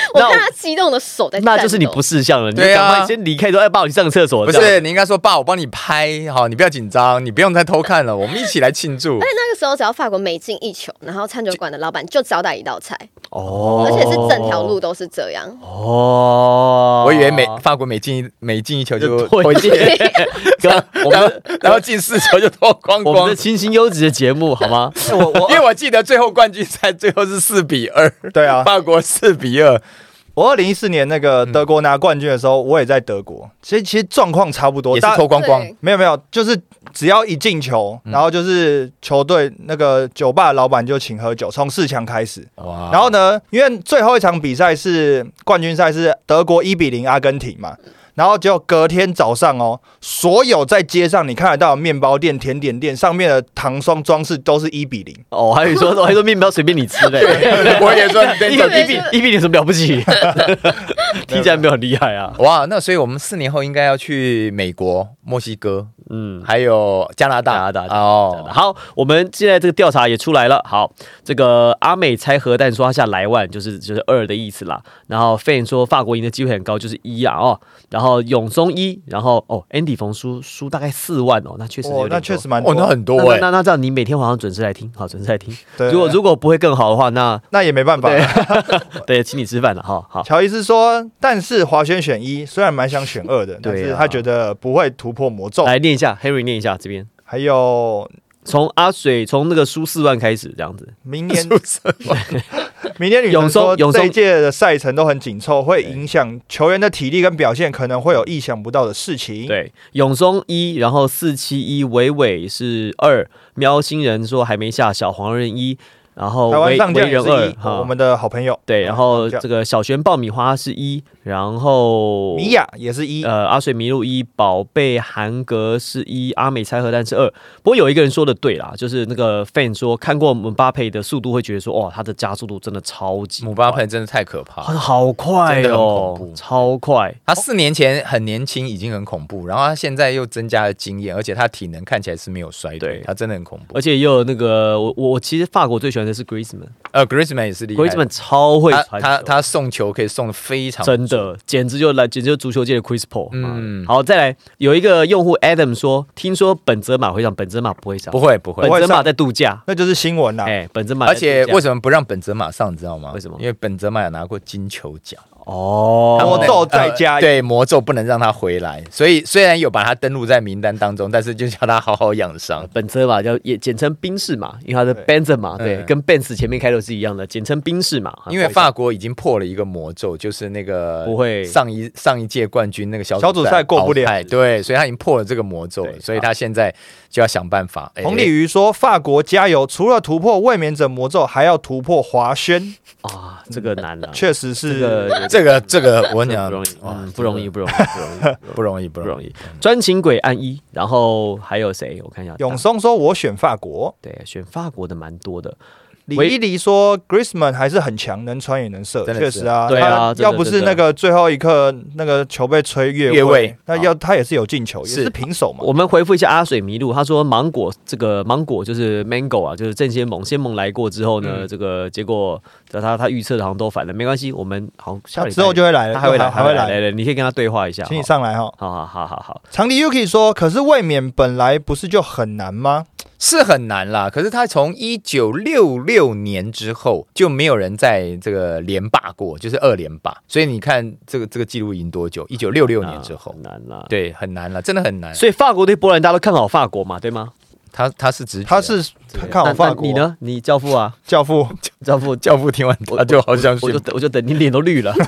[SPEAKER 4] 我看他激动的手在
[SPEAKER 1] 那就是你不识相了，你
[SPEAKER 3] 对啊
[SPEAKER 1] 赶快先离开，说哎，爸，我去上个厕所。
[SPEAKER 3] 不是，你应该说爸，我帮你拍，好，你不要紧张，你不用再偷看了，我们一起来庆祝。
[SPEAKER 4] 而且那个时候，只要法国每进一球，然后餐酒馆的老板就招待一道菜，
[SPEAKER 1] 哦，
[SPEAKER 4] 而且是整条路都是这样。
[SPEAKER 1] 哦，
[SPEAKER 3] 我以为每法国每进每进一球就
[SPEAKER 1] 脱
[SPEAKER 3] 进，我们然后进四球就脱光光。
[SPEAKER 1] 我们的清新优质的节目好吗？
[SPEAKER 2] 我我
[SPEAKER 3] 因为我记得最后冠军赛最后是四比二，
[SPEAKER 2] 对啊，
[SPEAKER 3] 法国四比二。
[SPEAKER 2] 我二零一四年那个德国拿冠军的时候，我也在德国。其实其实状况差不多，
[SPEAKER 3] 也是脱光光。
[SPEAKER 2] 没有没有，就是只要一进球，然后就是球队那个酒吧的老板就请喝酒，从四强开始。
[SPEAKER 3] 哇！
[SPEAKER 2] 然后呢，因为最后一场比赛是冠军赛，是德国一比零阿根廷嘛。然后就隔天早上哦，所有在街上你看得到的面包店、甜点店上面的糖霜装饰都是一比零。
[SPEAKER 1] 哦，还有说，我还说面包随便你吃嘞。
[SPEAKER 3] 我也说
[SPEAKER 1] 一一比一比零有什么了不起？听起来没有很厉害啊。
[SPEAKER 3] 哇，那所以我们四年后应该要去美国、墨西哥，嗯，还有加拿大、
[SPEAKER 1] 加拿大
[SPEAKER 3] 哦。
[SPEAKER 1] 好，我们现在这个调查也出来了。好，这个阿美猜核弹说他下莱万就是就是二的意思啦。然后 Fan 说法国赢的机会很高，就是一啊哦。然后永松一，然后哦 Andy 冯输输大概四万哦，那确实有点多，
[SPEAKER 2] 那确实蛮多，
[SPEAKER 3] 哦，那很多哎。
[SPEAKER 1] 那那这样你每天晚上准时来听，好，准时来听。
[SPEAKER 2] 对，
[SPEAKER 1] 如果如果不会更好的话，那
[SPEAKER 2] 那也没办法。
[SPEAKER 1] 对，请你吃饭了哈。好，
[SPEAKER 2] 乔伊斯说，但是华轩选一，虽然蛮想选二的，但是他觉得不会突破魔咒。
[SPEAKER 1] 来念一下 ，Henry 念一下这边。
[SPEAKER 2] 还有
[SPEAKER 1] 从阿水从那个输四万开始这样子，
[SPEAKER 2] 明年明年女生说这一届的赛程都很紧凑，会影响球员的体力跟表现，可能会有意想不到的事情。
[SPEAKER 1] 对，永松一，然后四七一，伟伟是二，喵星人说还没下，小黄人一。然后
[SPEAKER 2] 台湾上将
[SPEAKER 1] 人二，
[SPEAKER 2] 我们的好朋友
[SPEAKER 1] 对，然后这个小璇爆米花是一，然后
[SPEAKER 2] 米娅也是一，
[SPEAKER 1] 呃，阿水麋鹿一，宝贝韩格是一，阿美猜核弹是二。不过有一个人说的对啦，就是那个 fan 说看过姆巴佩的速度会觉得说，哇，他的加速度真的超级，
[SPEAKER 3] 姆巴佩真的太可怕，
[SPEAKER 1] 他好快哦，超快。
[SPEAKER 3] 他四年前很年轻，已经很恐怖，然后他现在又增加了经验，而且他体能看起来是没有衰退，他真的很恐怖。
[SPEAKER 1] 而且又有那个我我其实法国最喜欢的是 Griezmann，
[SPEAKER 3] 呃 Griezmann 也是厉害
[SPEAKER 1] ，Griezmann 超会传球，
[SPEAKER 3] 他他他送球可以送得非常
[SPEAKER 1] 真的，简直就来简直就足球界的 Chris Paul。嗯，好，再来有一个用户 Adam 说，听说本泽马会上，本泽马不会上，
[SPEAKER 3] 不会不会，
[SPEAKER 1] 本泽马在度假，
[SPEAKER 2] 那就是新闻啦。
[SPEAKER 1] 哎，本泽马，
[SPEAKER 3] 而且为什么不让本泽马上？你知道吗？
[SPEAKER 1] 为什么？
[SPEAKER 3] 因为本泽马有拿过金球奖。
[SPEAKER 1] 哦，
[SPEAKER 2] 魔咒再加、呃、
[SPEAKER 3] 对魔咒不能让他回来，所以虽然有把他登录在名单当中，但是就叫他好好养伤。
[SPEAKER 1] 本泽马叫也简称宾士马，因为他的 Benzema 对，对、嗯，跟 Benz 前面开头是一样的，简称宾士马。
[SPEAKER 3] 因为法国已经破了一个魔咒，就是那个
[SPEAKER 1] 不会
[SPEAKER 3] 上一上一届冠军那个小
[SPEAKER 2] 小组赛过不了，
[SPEAKER 3] 对，所以他已经破了这个魔咒了，所以他现在就要想办法。
[SPEAKER 2] 洪礼瑜说：“法国加油！除了突破卫冕者魔咒，还要突破华轩
[SPEAKER 1] 啊，这个难啊，
[SPEAKER 2] 确实是
[SPEAKER 1] 这个
[SPEAKER 3] 这个这个。”我跟你讲，
[SPEAKER 1] 不容易，嗯，不容易，不容易，不容易，
[SPEAKER 3] 不容易，不容易。
[SPEAKER 1] 专情鬼按一，然后还有谁？我看一下。
[SPEAKER 2] 永松说：“我选法国。”
[SPEAKER 1] 对，选法国的蛮多的。
[SPEAKER 2] 李一黎说 ：“Griezmann 还是很强，能传也能射。”确实啊，
[SPEAKER 1] 对啊，
[SPEAKER 2] 要不是那个最后一刻那个球被吹越位，那要他也是有进球，也是平手嘛。
[SPEAKER 1] 我们回复一下阿水麋鹿，他说芒果这个芒果就是 mango 啊，就是郑先盟，先盟来过之后呢，这个结果他他预测的好像都反了，没关系，我们好下
[SPEAKER 2] 之后就会来了，
[SPEAKER 1] 他还会来，
[SPEAKER 2] 还会来
[SPEAKER 1] 了，你可以跟他对话一下，
[SPEAKER 2] 请你上来哈。
[SPEAKER 1] 好好好好好。
[SPEAKER 2] 长笛 Yuki 说：“可是卫冕本来不是就很难吗？”
[SPEAKER 3] 是很难啦，可是他从一九六六年之后就没有人在这个连霸过，就是二连霸，所以你看这个这个记录赢多久？一九六六年之后，
[SPEAKER 1] 很难啦，
[SPEAKER 3] 对，很难啦，真的很难。
[SPEAKER 1] 所以法国对波兰，大家都看好法国嘛，对吗？
[SPEAKER 3] 他他是直，
[SPEAKER 2] 他是看好法国。
[SPEAKER 1] 你呢？你教父啊？
[SPEAKER 2] 教父，
[SPEAKER 1] 教父，
[SPEAKER 3] 教父听完他就好像
[SPEAKER 1] 我就我就等你脸都绿了，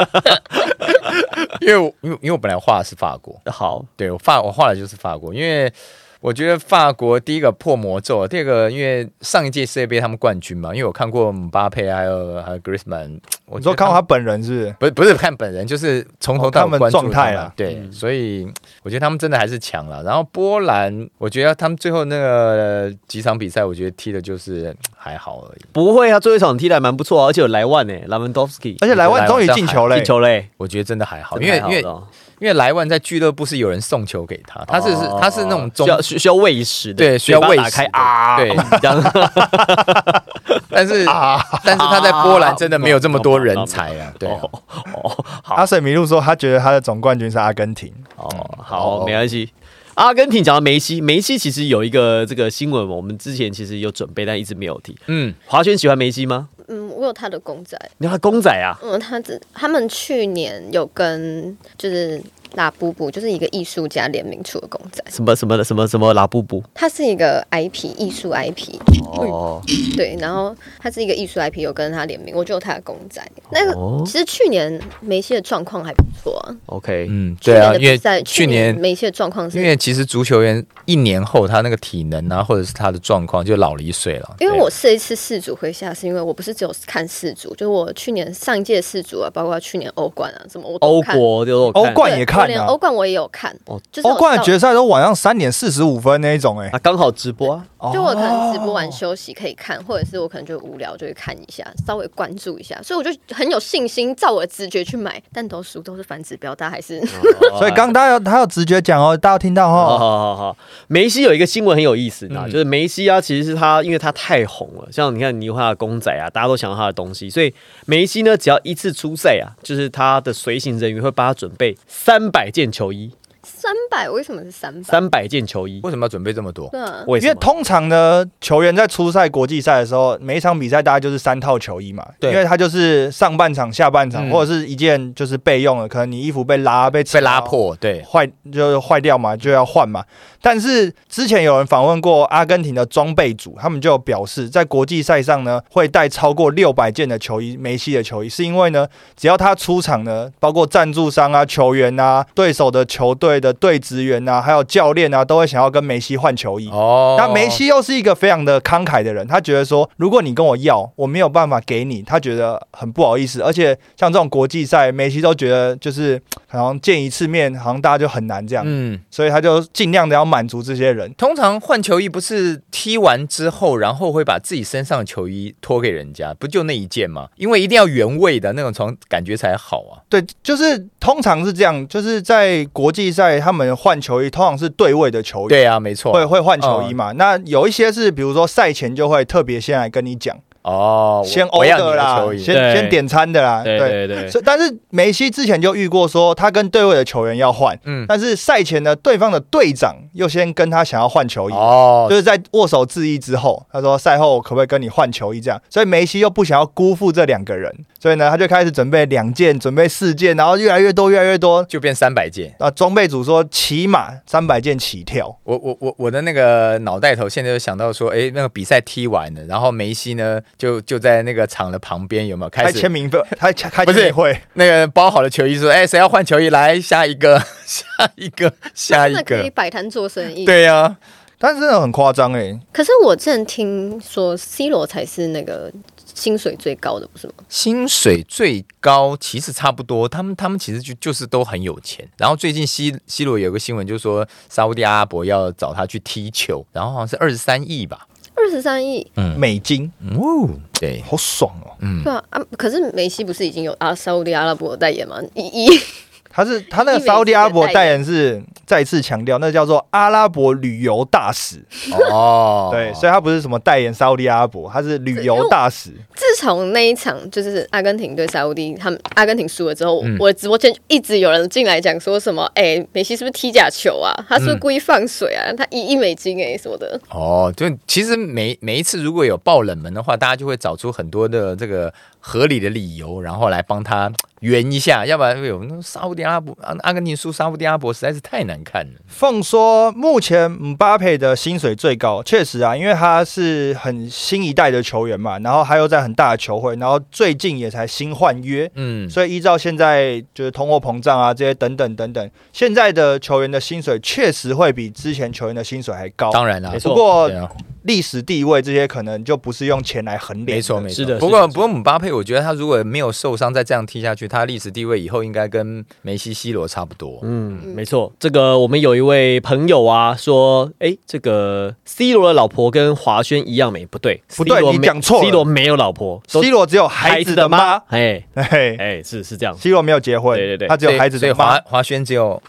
[SPEAKER 3] 因为我因为因为我本来画的是法国，
[SPEAKER 1] 好，
[SPEAKER 3] 对我画我画的就是法国，因为。我觉得法国第一个破魔咒，第二个因为上一届世界杯他们冠军嘛，因为我看过姆巴佩还有还有 Griezmann， 我
[SPEAKER 2] 你说看过他本人是
[SPEAKER 3] 不是？不是不是看本人，就是从头到尾关注
[SPEAKER 2] 状态啦。
[SPEAKER 3] 对、嗯，所以我觉得他们真的还是强了。然后波兰，我觉得他们最后那个几场比赛，我觉得踢的就是还好而已。
[SPEAKER 1] 不会啊，最后一场踢的还蛮不错、啊，而且有莱万呢、欸，拉文多夫斯基，
[SPEAKER 2] 而且莱万终于进球嘞，
[SPEAKER 1] 进球嘞，
[SPEAKER 3] 我觉得真的还好，因为因为。因为莱万在俱乐部是有人送球给他，他是、哦、他是那种中
[SPEAKER 1] 需要需要喂食的，
[SPEAKER 3] 对，需要喂食
[SPEAKER 1] 打开啊，
[SPEAKER 3] 对，
[SPEAKER 1] 这样
[SPEAKER 3] 但是、啊、但是他在波兰真的没有这么多人才啊，对啊。
[SPEAKER 1] 哦哦，好，
[SPEAKER 2] 阿水麋鹿说他觉得他的总冠军是阿根廷。
[SPEAKER 1] 哦，好，没关系。阿根廷讲到梅西，梅西其实有一个这个新闻，我们之前其实有准备，但一直没有提。嗯，华轩喜欢梅西吗？
[SPEAKER 4] 嗯，我有他的公仔。
[SPEAKER 1] 你有他公仔啊？
[SPEAKER 4] 嗯，他只他们去年有跟就是拉布布，就是一个艺术家联名出的公仔。
[SPEAKER 1] 什么什么什么什么拉布布？
[SPEAKER 4] 它是一个 I P 艺术 I P。哦、嗯，对，然后它是一个艺术 I P， 有跟他联名，我就有他的公仔。那个、哦、其实去年梅西的状况还不错啊。
[SPEAKER 1] OK，
[SPEAKER 3] 嗯，对啊，因为
[SPEAKER 4] 去年梅西的状况是，
[SPEAKER 3] 因为其实足球员一年后他那个体能啊，或者是他的状况就老了一岁了。
[SPEAKER 4] 因为我这一次世足回下，是因为我不是只有看世足，就是我去年上一届世足啊，包括去年欧冠啊，什么我都看。
[SPEAKER 1] 欧国就
[SPEAKER 2] 欧冠也看、啊，
[SPEAKER 4] 连欧冠我也有看。哦，就是
[SPEAKER 2] 欧冠的决赛都晚上三点四十五分那一种、欸，哎，
[SPEAKER 1] 啊，刚好直播啊。
[SPEAKER 4] 就我可能直播完休息可以看，或者是我可能就无聊就会看一下，稍微关注一下，所以我就很有信心，照我的直觉去买。但都输都是反指标，大家还是。
[SPEAKER 2] 所以刚刚大家有他有直觉讲哦，大家有听到哦。
[SPEAKER 1] 好好好好，梅西有一个新闻很有意思，你知道、嗯、就是梅西啊，其实是他因为他太红了，像你看你有他的公仔啊，大家都想要他的东西，所以梅西呢，只要一次出赛啊，就是他的随行人员会帮他准备三百件球衣。
[SPEAKER 4] 三百为什么是三百？
[SPEAKER 1] 三百件球衣，
[SPEAKER 3] 为什么要准备这么多？
[SPEAKER 4] 对啊，
[SPEAKER 2] 因为通常呢，球员在出赛国际赛的时候，每一场比赛大概就是三套球衣嘛。对，因为他就是上半场、下半场，嗯、或者是一件就是备用的，可能你衣服被拉、被
[SPEAKER 3] 被拉破，对，
[SPEAKER 2] 坏就坏掉嘛，就要换嘛。但是之前有人访问过阿根廷的装备组，他们就有表示，在国际赛上呢，会带超过六百件的球衣，梅西的球衣，是因为呢，只要他出场呢，包括赞助商啊、球员啊、对手的球队的队职员啊，还有教练啊，都会想要跟梅西换球衣。哦，那梅西又是一个非常的慷慨的人，他觉得说，如果你跟我要，我没有办法给你，他觉得很不好意思。而且像这种国际赛，梅西都觉得就是好像见一次面，好像大家就很难这样。嗯，所以他就尽量的要满足这些人。
[SPEAKER 3] 通常换球衣不是踢完之后，然后会把自己身上的球衣脱给人家，不就那一件吗？因为一定要原味的那种，从感觉才好啊。
[SPEAKER 2] 对，就是通常是这样，就是在国际赛他们换球衣通常是对位的球衣。
[SPEAKER 3] 对啊，没错，
[SPEAKER 2] 会会换球衣嘛、嗯？那有一些是，比如说赛前就会特别先来跟你讲。哦，先欧的啦，先先点餐的啦，
[SPEAKER 1] 对对 对,
[SPEAKER 2] 对。但是梅西之前就遇过说，他跟对位的球员要换，嗯，但是赛前呢，对方的队长又先跟他想要换球衣，哦，就是在握手致意之后，他说赛后可不可以跟你换球衣这样，所以梅西又不想要辜负这两个人，所以呢，他就开始准备两件，准备四件，然后越来越多，越来越多，
[SPEAKER 3] 就变三百件。
[SPEAKER 2] 啊，装备组说起码三百件起跳。
[SPEAKER 3] 我我我我的那个脑袋头现在就想到说，哎，那个比赛踢完了，然后梅西呢？就就在那个场的旁边有没有开始
[SPEAKER 2] 开签名会？开开签名会，
[SPEAKER 3] 那个包好的球衣说：“哎、欸，谁要换球衣？来下一个，下一个，下一个。”
[SPEAKER 4] 可以摆摊做生意。
[SPEAKER 3] 对呀、啊，
[SPEAKER 2] 但是真的很夸张哎。
[SPEAKER 4] 可是我之前听说 C 罗才是那个薪水最高的，不是吗？
[SPEAKER 3] 薪水最高其实差不多，他们他们其实就就是都很有钱。然后最近 C C 罗有个新闻，就是说沙烏地阿拉伯要找他去踢球，然后好像是二十三亿吧。
[SPEAKER 4] 二十三亿
[SPEAKER 2] 美金，
[SPEAKER 3] 哦，对，
[SPEAKER 2] 好爽哦，
[SPEAKER 4] 嗯，对啊，啊，可是梅西不是已经有啊沙烏地阿拉伯的代言吗？一亿，
[SPEAKER 2] 他是他那个沙烏地阿拉伯代言是再次强调，那叫做阿拉伯旅游大使哦，对，所以他不是什么代言沙烏地阿拉伯，他是旅游大使。
[SPEAKER 4] 自从那一场就是阿根廷对沙烏地，他们阿根廷输了之后，嗯、我的直播间一直有人进来讲说什么，哎、欸，梅西是不是踢假球啊？他是不是故意放水啊？嗯、他一亿美金哎、欸、什么的。
[SPEAKER 3] 哦，就其实每每一次如果有爆冷门的话，大家就会找出很多的这个合理的理由，然后来帮他圆一下，要不然有那沙烏地阿拉伯阿根廷输沙烏地阿拉伯实在是太难看了。
[SPEAKER 2] 凤说，目前姆巴佩的薪水最高，确实啊，因为他是很新一代的球员嘛，然后他又在很大的球会，然后最近也才新换约，嗯，所以依照现在就是通货膨胀啊这些等等等等，现在的球员的薪水确实会比之前球员的薪水还高。
[SPEAKER 3] 当然啦，
[SPEAKER 2] 不过历史地位这些可能就不是用钱来衡量。
[SPEAKER 3] 没错没错，
[SPEAKER 1] 是的。
[SPEAKER 3] 不过不过姆巴佩，我觉得他如果没有受伤，再这样踢下去，他历史地位以后应该跟梅西、C 罗差不多。
[SPEAKER 1] 嗯，没错。这个我们有一位朋友啊说，哎，这个 C 罗的老婆跟华轩一样美，不对，
[SPEAKER 2] 不对，你讲错了。
[SPEAKER 1] C 罗没有老婆
[SPEAKER 2] ，C 罗只有孩子的妈。
[SPEAKER 1] 哎
[SPEAKER 2] 哎
[SPEAKER 1] 哎，是是这样。
[SPEAKER 2] C 罗没有结婚，
[SPEAKER 1] 对对对，
[SPEAKER 2] 他只有孩子的妈。
[SPEAKER 3] 所以华华轩只有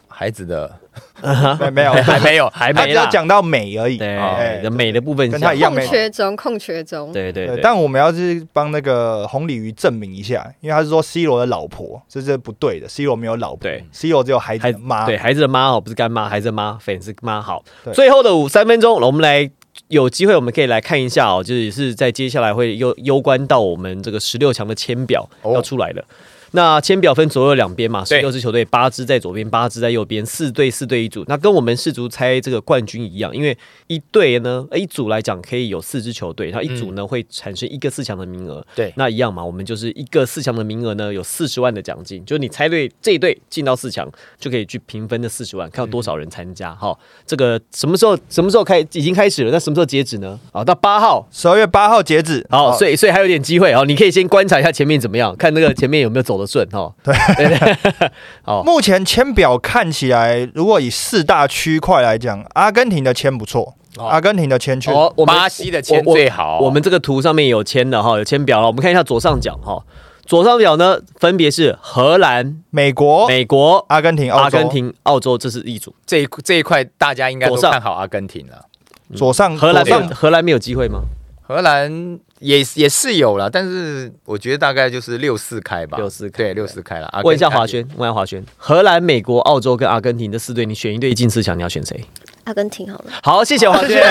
[SPEAKER 3] 孩子的
[SPEAKER 2] 没没有
[SPEAKER 3] 还没有，
[SPEAKER 1] 还
[SPEAKER 2] 他只有
[SPEAKER 1] 没啦。
[SPEAKER 2] 讲到美而已。
[SPEAKER 1] 对，
[SPEAKER 2] 哎
[SPEAKER 1] 美的部分
[SPEAKER 2] 跟他一样
[SPEAKER 4] 空缺中，空缺中。
[SPEAKER 2] 对，
[SPEAKER 1] 对对对，
[SPEAKER 2] 但我们要是帮那个红鲤鱼证明一下，因为他是说 C 罗的老婆，这是不对的 ，C 罗没有老婆，
[SPEAKER 1] 对
[SPEAKER 2] ，C 罗只有孩子
[SPEAKER 1] 孩
[SPEAKER 2] 的妈。
[SPEAKER 1] 对孩子的妈哦，不是干妈，孩子的妈，粉丝妈好。
[SPEAKER 2] 对
[SPEAKER 1] 最后的五三分钟，我们来有机会我们可以来看一下哦，就是是在接下来会攸攸关到我们这个十六强的签表
[SPEAKER 3] 哦
[SPEAKER 1] 要出来了。那签表分左右两边嘛，十
[SPEAKER 3] 对
[SPEAKER 1] 六支球队，八支在左边，八支在右边，四队四队一组。那跟我们世足猜这个冠军一样，因为一队呢，一组来讲可以有四支球队，它一组呢、嗯、会产生一个四强的名额。
[SPEAKER 3] 对，
[SPEAKER 1] 那一样嘛，我们就是一个四强的名额呢，有四十万的奖金，就是你猜对这一队进到四强，就可以去平分的四十万，看有多少人参加。好、嗯，这个什么时候什么时候开已经开始了？那什么时候截止呢？好，到八号，
[SPEAKER 2] 十二月八号截止。
[SPEAKER 1] 好，所以所以还有点机会哦，你可以先观察一下前面怎么样，看那个前面有没有走得顺哦。
[SPEAKER 2] 对。
[SPEAKER 1] 对对好，
[SPEAKER 2] 目前签表看起来，如果以四大区块来讲，阿根廷的签不错，哦、阿根廷的签确、
[SPEAKER 1] 哦、
[SPEAKER 3] 巴西的签最好、哦
[SPEAKER 1] 我。我们这个图上面有签的哈，有签表了。我们看一下左上角哈，左上角呢分别是荷兰、
[SPEAKER 2] 美国、
[SPEAKER 1] 美国、
[SPEAKER 2] 阿根廷、澳洲、
[SPEAKER 1] 阿根廷、澳洲，这是一组。
[SPEAKER 3] 这一这一块大家应该都看好阿根廷了。
[SPEAKER 2] 左上
[SPEAKER 1] 荷兰，荷兰没有机会吗？
[SPEAKER 3] 荷兰也也是有啦，但是我觉得大概就是六四开吧，
[SPEAKER 1] 六四开
[SPEAKER 3] 对六四开了。
[SPEAKER 1] 问一下华轩，问一下华轩，荷兰、美国、澳洲跟阿根廷这四队，你选一队进四强，你要选谁？
[SPEAKER 4] 阿根廷好了。
[SPEAKER 1] 好，谢谢华轩，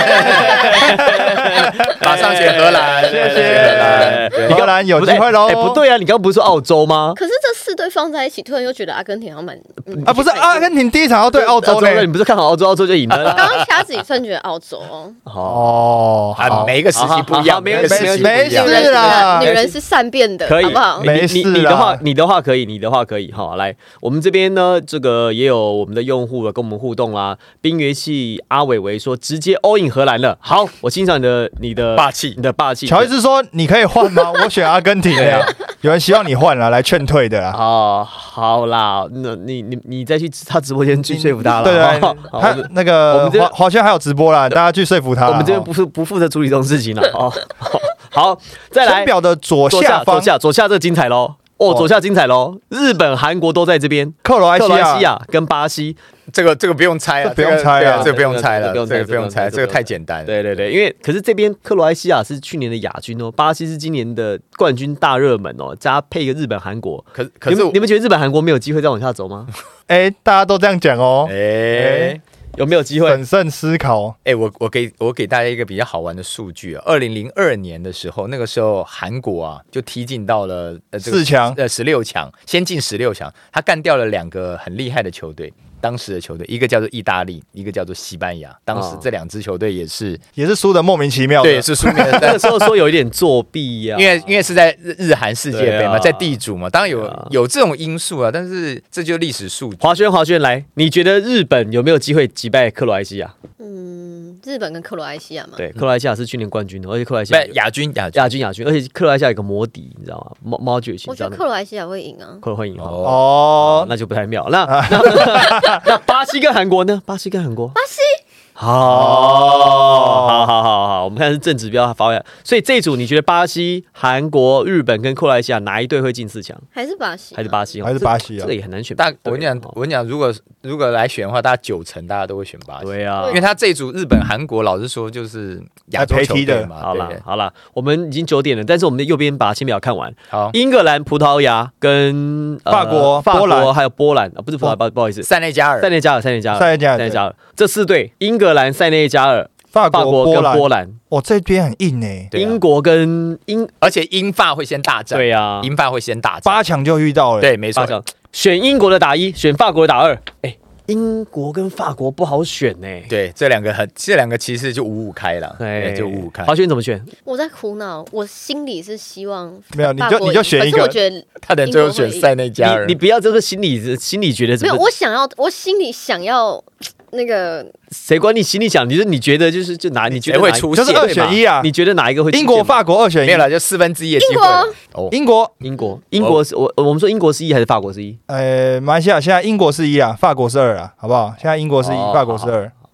[SPEAKER 3] 马上选荷兰，
[SPEAKER 2] 谢谢荷兰有机会喽。
[SPEAKER 1] 哎，不对啊，你刚刚不是说澳洲吗？
[SPEAKER 4] 可是这四队放在一起，突然又觉得阿根廷好像蛮、嗯、
[SPEAKER 2] 啊，不是阿根廷第一场要对澳洲呢，
[SPEAKER 1] 你不是看好澳洲，澳洲就赢了？
[SPEAKER 4] 刚刚掐指一算，觉得澳洲
[SPEAKER 2] 哦，
[SPEAKER 3] 好，每一个时期不一样，
[SPEAKER 1] 没
[SPEAKER 3] 个时期
[SPEAKER 2] 没事啦，
[SPEAKER 4] 女人是善变的，
[SPEAKER 1] 可以，
[SPEAKER 4] 好不好？
[SPEAKER 2] 没事
[SPEAKER 1] 你你的话，你的话可以，你的话可以。好，来，我们这边呢，这个也有我们的用户跟我们互动啦。冰元气阿伟伟说，直接 all in 荷兰了。好，我欣赏你的你的
[SPEAKER 3] 霸气，
[SPEAKER 1] 你的霸气。
[SPEAKER 2] 乔伊斯说，你可以换吗？我选阿根廷的呀。有人希望你换了，来劝退的啦。
[SPEAKER 1] 哦，好啦，那你你你再去他直播间去说服他了。
[SPEAKER 2] 对对，他那个我们这华华轩还有直播啦，大家去说服他。
[SPEAKER 1] 我们这边不负不负责处理这种事情了。哦，好，再来。
[SPEAKER 2] 签表的左下方，
[SPEAKER 1] 左下左下这个精彩喽。哦，左下精彩喽！日本、韩国都在这边，
[SPEAKER 2] 克罗埃西
[SPEAKER 1] 亚跟巴西，
[SPEAKER 3] 这个这个不用猜啊，
[SPEAKER 2] 不用猜啊，
[SPEAKER 3] 这个不用猜了，
[SPEAKER 1] 这个
[SPEAKER 3] 不用猜，这个太简单了。
[SPEAKER 1] 对对对，因为可是这边克罗埃西亚是去年的亚军哦，巴西是今年的冠军大热门哦，加配一个日本、韩国，
[SPEAKER 3] 可可是
[SPEAKER 1] 你们觉得日本、韩国没有机会再往下走吗？
[SPEAKER 2] 哎，大家都这样讲哦，
[SPEAKER 3] 哎。
[SPEAKER 1] 有没有机会？
[SPEAKER 2] 审慎思考。
[SPEAKER 3] 哎、欸，我我给我给大家一个比较好玩的数据啊，二零零二年的时候，那个时候韩国啊就踢进到了呃
[SPEAKER 2] 四强，
[SPEAKER 3] 呃十六强，先进十六强，他干掉了两个很厉害的球队。当时的球队，一个叫做意大利，一个叫做西班牙。当时这两支球队也是、哦、
[SPEAKER 2] 也是输的莫名其妙的，
[SPEAKER 3] 对，是输的。
[SPEAKER 1] 那个时候说有一点作弊呀、啊，
[SPEAKER 3] 因为因为是在日日韩世界杯嘛，啊、在地主嘛，当然有、啊、有这种因素啊，但是这就是历史数据。
[SPEAKER 1] 华轩，华轩来，你觉得日本有没有机会击败克罗埃西亚？
[SPEAKER 4] 嗯，日本跟克罗埃西亚嘛，
[SPEAKER 1] 对，克罗埃西亚是去年冠军的，而且克罗埃西亚
[SPEAKER 3] 亚军亚
[SPEAKER 1] 亚军亚军，而且克罗埃西亚有个魔底，你知道吗？猫猫剧，
[SPEAKER 4] 我觉得克罗埃西亚会赢啊，
[SPEAKER 1] 克罗会赢哦，
[SPEAKER 2] 哦，
[SPEAKER 1] 那就不太妙。那那那巴西跟韩国呢？巴西跟韩国，
[SPEAKER 4] 巴西。
[SPEAKER 1] 好，好，好，好，好，我们看是正指标发挥。所以这一组你觉得巴西、韩国、日本跟克罗埃西亚哪一队会进四强？
[SPEAKER 4] 还是巴西、啊？
[SPEAKER 1] 还是巴西？
[SPEAKER 2] 还是巴西啊？
[SPEAKER 1] 这个也很难选。
[SPEAKER 3] 大我跟你讲，我跟你讲，如果如果来选的话，大家九成大家都会选巴西。
[SPEAKER 1] 对啊，
[SPEAKER 3] 因为他这一组日本、韩国，老实说就是亚洲球队嘛。
[SPEAKER 1] 好了，好了，我们已经九点了，但是我们的右边把签表看完。
[SPEAKER 3] 好，
[SPEAKER 1] 英格兰、葡萄牙跟、
[SPEAKER 2] 呃、法国、
[SPEAKER 1] 法国还有波兰啊，不是葡萄牙，不好意思，
[SPEAKER 3] 塞内加尔、
[SPEAKER 1] 塞内加尔、塞内加尔、
[SPEAKER 2] 塞内加尔、
[SPEAKER 1] 塞内加尔这四队，英格兰、塞内加尔、
[SPEAKER 2] 法国
[SPEAKER 1] 跟波兰。
[SPEAKER 2] 哦，这边很硬哎、
[SPEAKER 1] 啊，英国跟英，
[SPEAKER 3] 而且英法会先大战。
[SPEAKER 1] 对啊，
[SPEAKER 3] 英法会先大战，
[SPEAKER 2] 八强就遇到了。
[SPEAKER 3] 对，没错。
[SPEAKER 1] 选英国的打一，选法国的打二。哎、欸，英国跟法国不好选呢、欸。
[SPEAKER 3] 对，这两个很，这两个其实就五五开了，对，就五五开。
[SPEAKER 1] 华轩怎么选？
[SPEAKER 4] 我在苦恼，我心里是希望
[SPEAKER 2] 没有，你就你就选一个。
[SPEAKER 4] 可是我觉得
[SPEAKER 3] 他的最后选塞内加尔。
[SPEAKER 1] 你你不要这个心里心里觉得
[SPEAKER 4] 没有，我想要，我心里想要。那个
[SPEAKER 1] 谁管你心里想？你说你觉得就是就哪？你觉得
[SPEAKER 3] 会出现？
[SPEAKER 2] 就是二选一啊？
[SPEAKER 1] 你觉得哪一个会？
[SPEAKER 2] 英国、法国二选一，
[SPEAKER 3] 没有了，就四分之一的机会。
[SPEAKER 4] 英国，
[SPEAKER 3] 哦，
[SPEAKER 2] 英国，
[SPEAKER 1] 英国，英国是我我们说英国是一还是法国是一？
[SPEAKER 2] 呃，马来西亚现在英国是一啊，法国是二啊，好不好？现在英国是一，法国是二。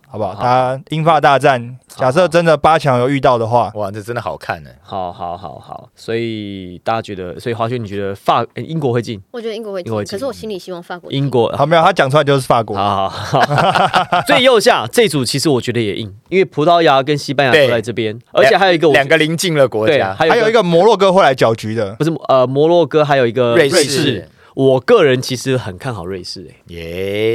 [SPEAKER 2] 好不好？他英法大战，假设真的八强有遇到的话，
[SPEAKER 3] 哇，这真的好看呢。
[SPEAKER 1] 好好好好，所以大家觉得，所以华轩你觉得法、欸、英国会进？
[SPEAKER 4] 我觉得英国会进，
[SPEAKER 1] 英国会进
[SPEAKER 4] 可是我心里希望法国进。
[SPEAKER 1] 英国
[SPEAKER 2] 好没有，他讲出来就是法国。
[SPEAKER 1] 好好好，最右下这组其实我觉得也硬，因为葡萄牙跟西班牙都在这边，而且还有一个
[SPEAKER 3] 两个邻近的国家，
[SPEAKER 1] 还
[SPEAKER 2] 还有一个摩洛哥会来搅局的，
[SPEAKER 1] 不是呃摩洛哥，还有一个
[SPEAKER 3] 瑞士。
[SPEAKER 1] 瑞士我个人其实很看好瑞士诶、
[SPEAKER 3] 欸，耶、yeah ！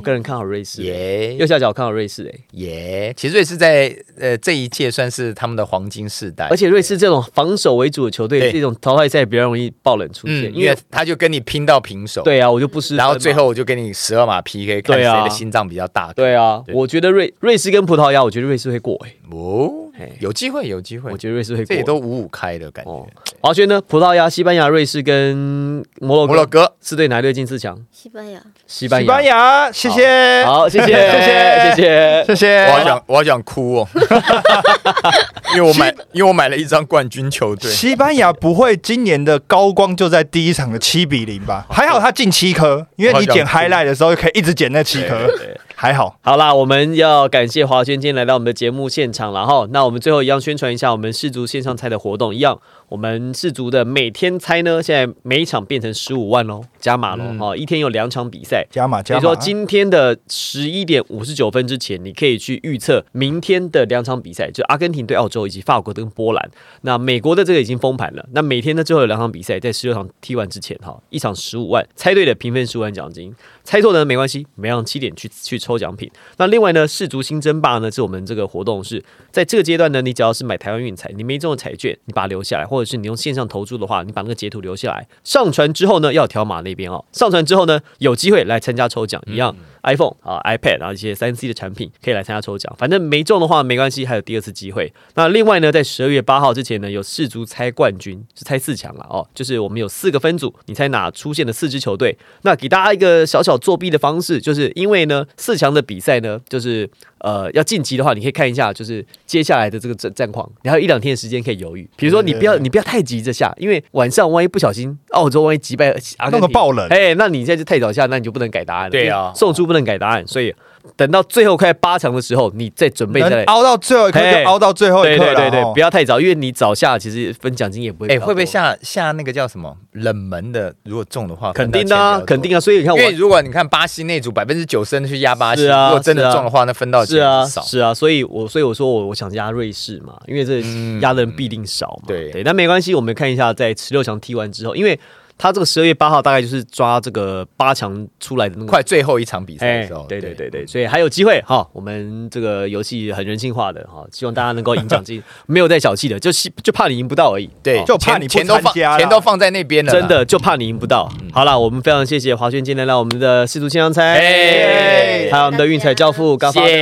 [SPEAKER 1] 我个人看好瑞士耶、
[SPEAKER 3] yeah
[SPEAKER 1] 右下角看好瑞士诶、
[SPEAKER 3] 欸，耶、yeah ！其实瑞士在呃这一届算是他们的黄金世代，
[SPEAKER 1] 而且瑞士这种防守为主的球队，这种淘汰赛比较容易爆冷出现，
[SPEAKER 3] 嗯、因为他就跟你拼到平手。
[SPEAKER 1] 对啊，我就不失分，
[SPEAKER 3] 然后最后我就跟你十二码 P K， 看谁的心脏比较大。
[SPEAKER 1] 对啊，对我觉得瑞瑞士跟葡萄牙，我觉得瑞士会过诶、
[SPEAKER 3] 欸。哦，有机会，有机会，
[SPEAKER 1] 我觉得瑞士会过，
[SPEAKER 3] 这也都五五开的感觉。哦、
[SPEAKER 1] 华轩呢？葡萄牙、西班牙、瑞士跟摩洛哥，
[SPEAKER 3] 摩洛哥
[SPEAKER 1] 四队哪一队进四强？
[SPEAKER 4] 西班牙，
[SPEAKER 1] 西班牙，
[SPEAKER 2] 西班牙，谢谢，
[SPEAKER 1] 好，谢谢，谢谢，谢谢，
[SPEAKER 2] 谢谢。
[SPEAKER 3] 我好想，我好想哭哦，因为我买，因为我买了一张冠军球队。
[SPEAKER 2] 西班牙不会今年的高光就在第一场的七比零吧？还好他进七颗，因为你剪 highlight 的时候可以一直剪那七颗。还好，
[SPEAKER 1] 好啦，我们要感谢华轩今天来到我们的节目现场了哈。那我们最后一样宣传一下我们世足线上猜的活动，一样，我们世足的每天猜呢，现在每一场变成十五万喽，加码喽哈、嗯，一天有两场比赛，
[SPEAKER 2] 加码加码。
[SPEAKER 1] 所以说今天的十一点五十九分之前，你可以去预测明天的两场比赛，就阿根廷对澳洲以及法国跟波兰。那美国的这个已经封盘了，那每天呢最后有两场比赛，在十六场踢完之前哈，一场十五万，猜对的平分十五万奖金，猜错的没关系，每样七点去去抽奖品。那另外呢，世足新争霸呢，是我们这个活动是在这个阶段呢，你只要是买台湾运彩，你没中的彩券，你把它留下来，或者是你用线上投注的话，你把那个截图留下来，上传之后呢，要条码那边哦，上传之后呢，有机会来参加抽奖，一样、嗯、iPhone 啊、iPad 然后一些三 C 的产品可以来参加抽奖，反正没中的话没关系，还有第二次机会。那另外呢，在十二月八号之前呢，有世足猜冠军，是猜四强了哦，就是我们有四个分组，你猜哪出现的四支球队？那给大家一个小小作弊的方式，就是因为呢，四强的比赛呢。就是呃要晋级的话，你可以看一下，就是接下来的这个战战况，你还有一两天的时间可以犹豫。比如说你不要你不要太急着下，因为晚上万一不小心澳洲万一击败阿根廷，
[SPEAKER 2] 弄个爆冷，
[SPEAKER 1] 哎，那你现在就太早下，那你就不能改答案了。
[SPEAKER 3] 对啊，
[SPEAKER 1] 送出不能改答案，所以等到最后快八强的时候，你再准备再来
[SPEAKER 2] 熬到最后一刻就熬到最后一刻了。
[SPEAKER 1] 对对对对，不要太早，因为你早下其实分奖金也不会。
[SPEAKER 3] 哎，会不会下下那个叫什么冷门的？如果中的话，
[SPEAKER 1] 肯定啊，肯定啊。所以你看，
[SPEAKER 3] 因为如果你看巴西那组百分之九十去压巴西，
[SPEAKER 1] 啊、
[SPEAKER 3] 如果真的中的话，那分到
[SPEAKER 1] 是啊
[SPEAKER 3] 少。
[SPEAKER 1] 是啊，所以我所以我说我我想压瑞士嘛，因为这压的人必定少嘛。嗯、对对，但没关系，我们看一下在十六强踢完之后，因为。他这个十二月八号大概就是抓这个八强出来的那个
[SPEAKER 3] 快最后一场比赛的时候，
[SPEAKER 1] 对对对对，所以还有机会哈。我们这个游戏很人性化的哈，希望大家能够赢奖金，没有再小气的，就就怕你赢不到而已。
[SPEAKER 3] 对，
[SPEAKER 2] 就怕你
[SPEAKER 3] 钱都放钱都放在那边了，
[SPEAKER 1] 真的就怕你赢不到。好了，我们非常谢谢华轩今天来我们的世足线上猜，还有我们的运彩教父刚发的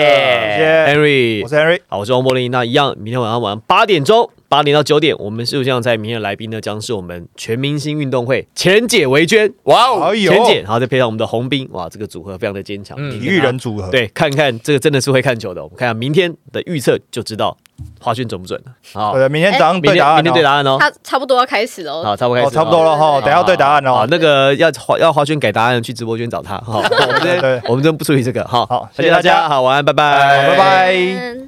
[SPEAKER 1] Henry，
[SPEAKER 2] 我是 Henry，
[SPEAKER 1] 好，我是王柏林。那一样，明天晚上晚上八点钟。八点到九点，我们世足线上猜明天的来宾呢，将是我们全明星运动会钱姐维娟，哇哦，钱姐，然后再配上我们的洪斌，哇，这个组合非常的坚强，
[SPEAKER 2] 体育人组合，
[SPEAKER 1] 对，看看这个真的是会看球的，我们看看明天的预测就知道华轩准不准了。好，
[SPEAKER 2] 对，明天早上对答案，
[SPEAKER 1] 明天对答案哦，
[SPEAKER 4] 他差不多要开始了，
[SPEAKER 1] 好，差不多开始，
[SPEAKER 2] 差不多了哈，等下要对答案哦。
[SPEAKER 1] 好，那个要要华轩改答案，去直播间找他。好，我们这我们这不处理这个，好，
[SPEAKER 2] 好，
[SPEAKER 1] 谢谢大家，好，晚安，拜拜，
[SPEAKER 2] 拜拜。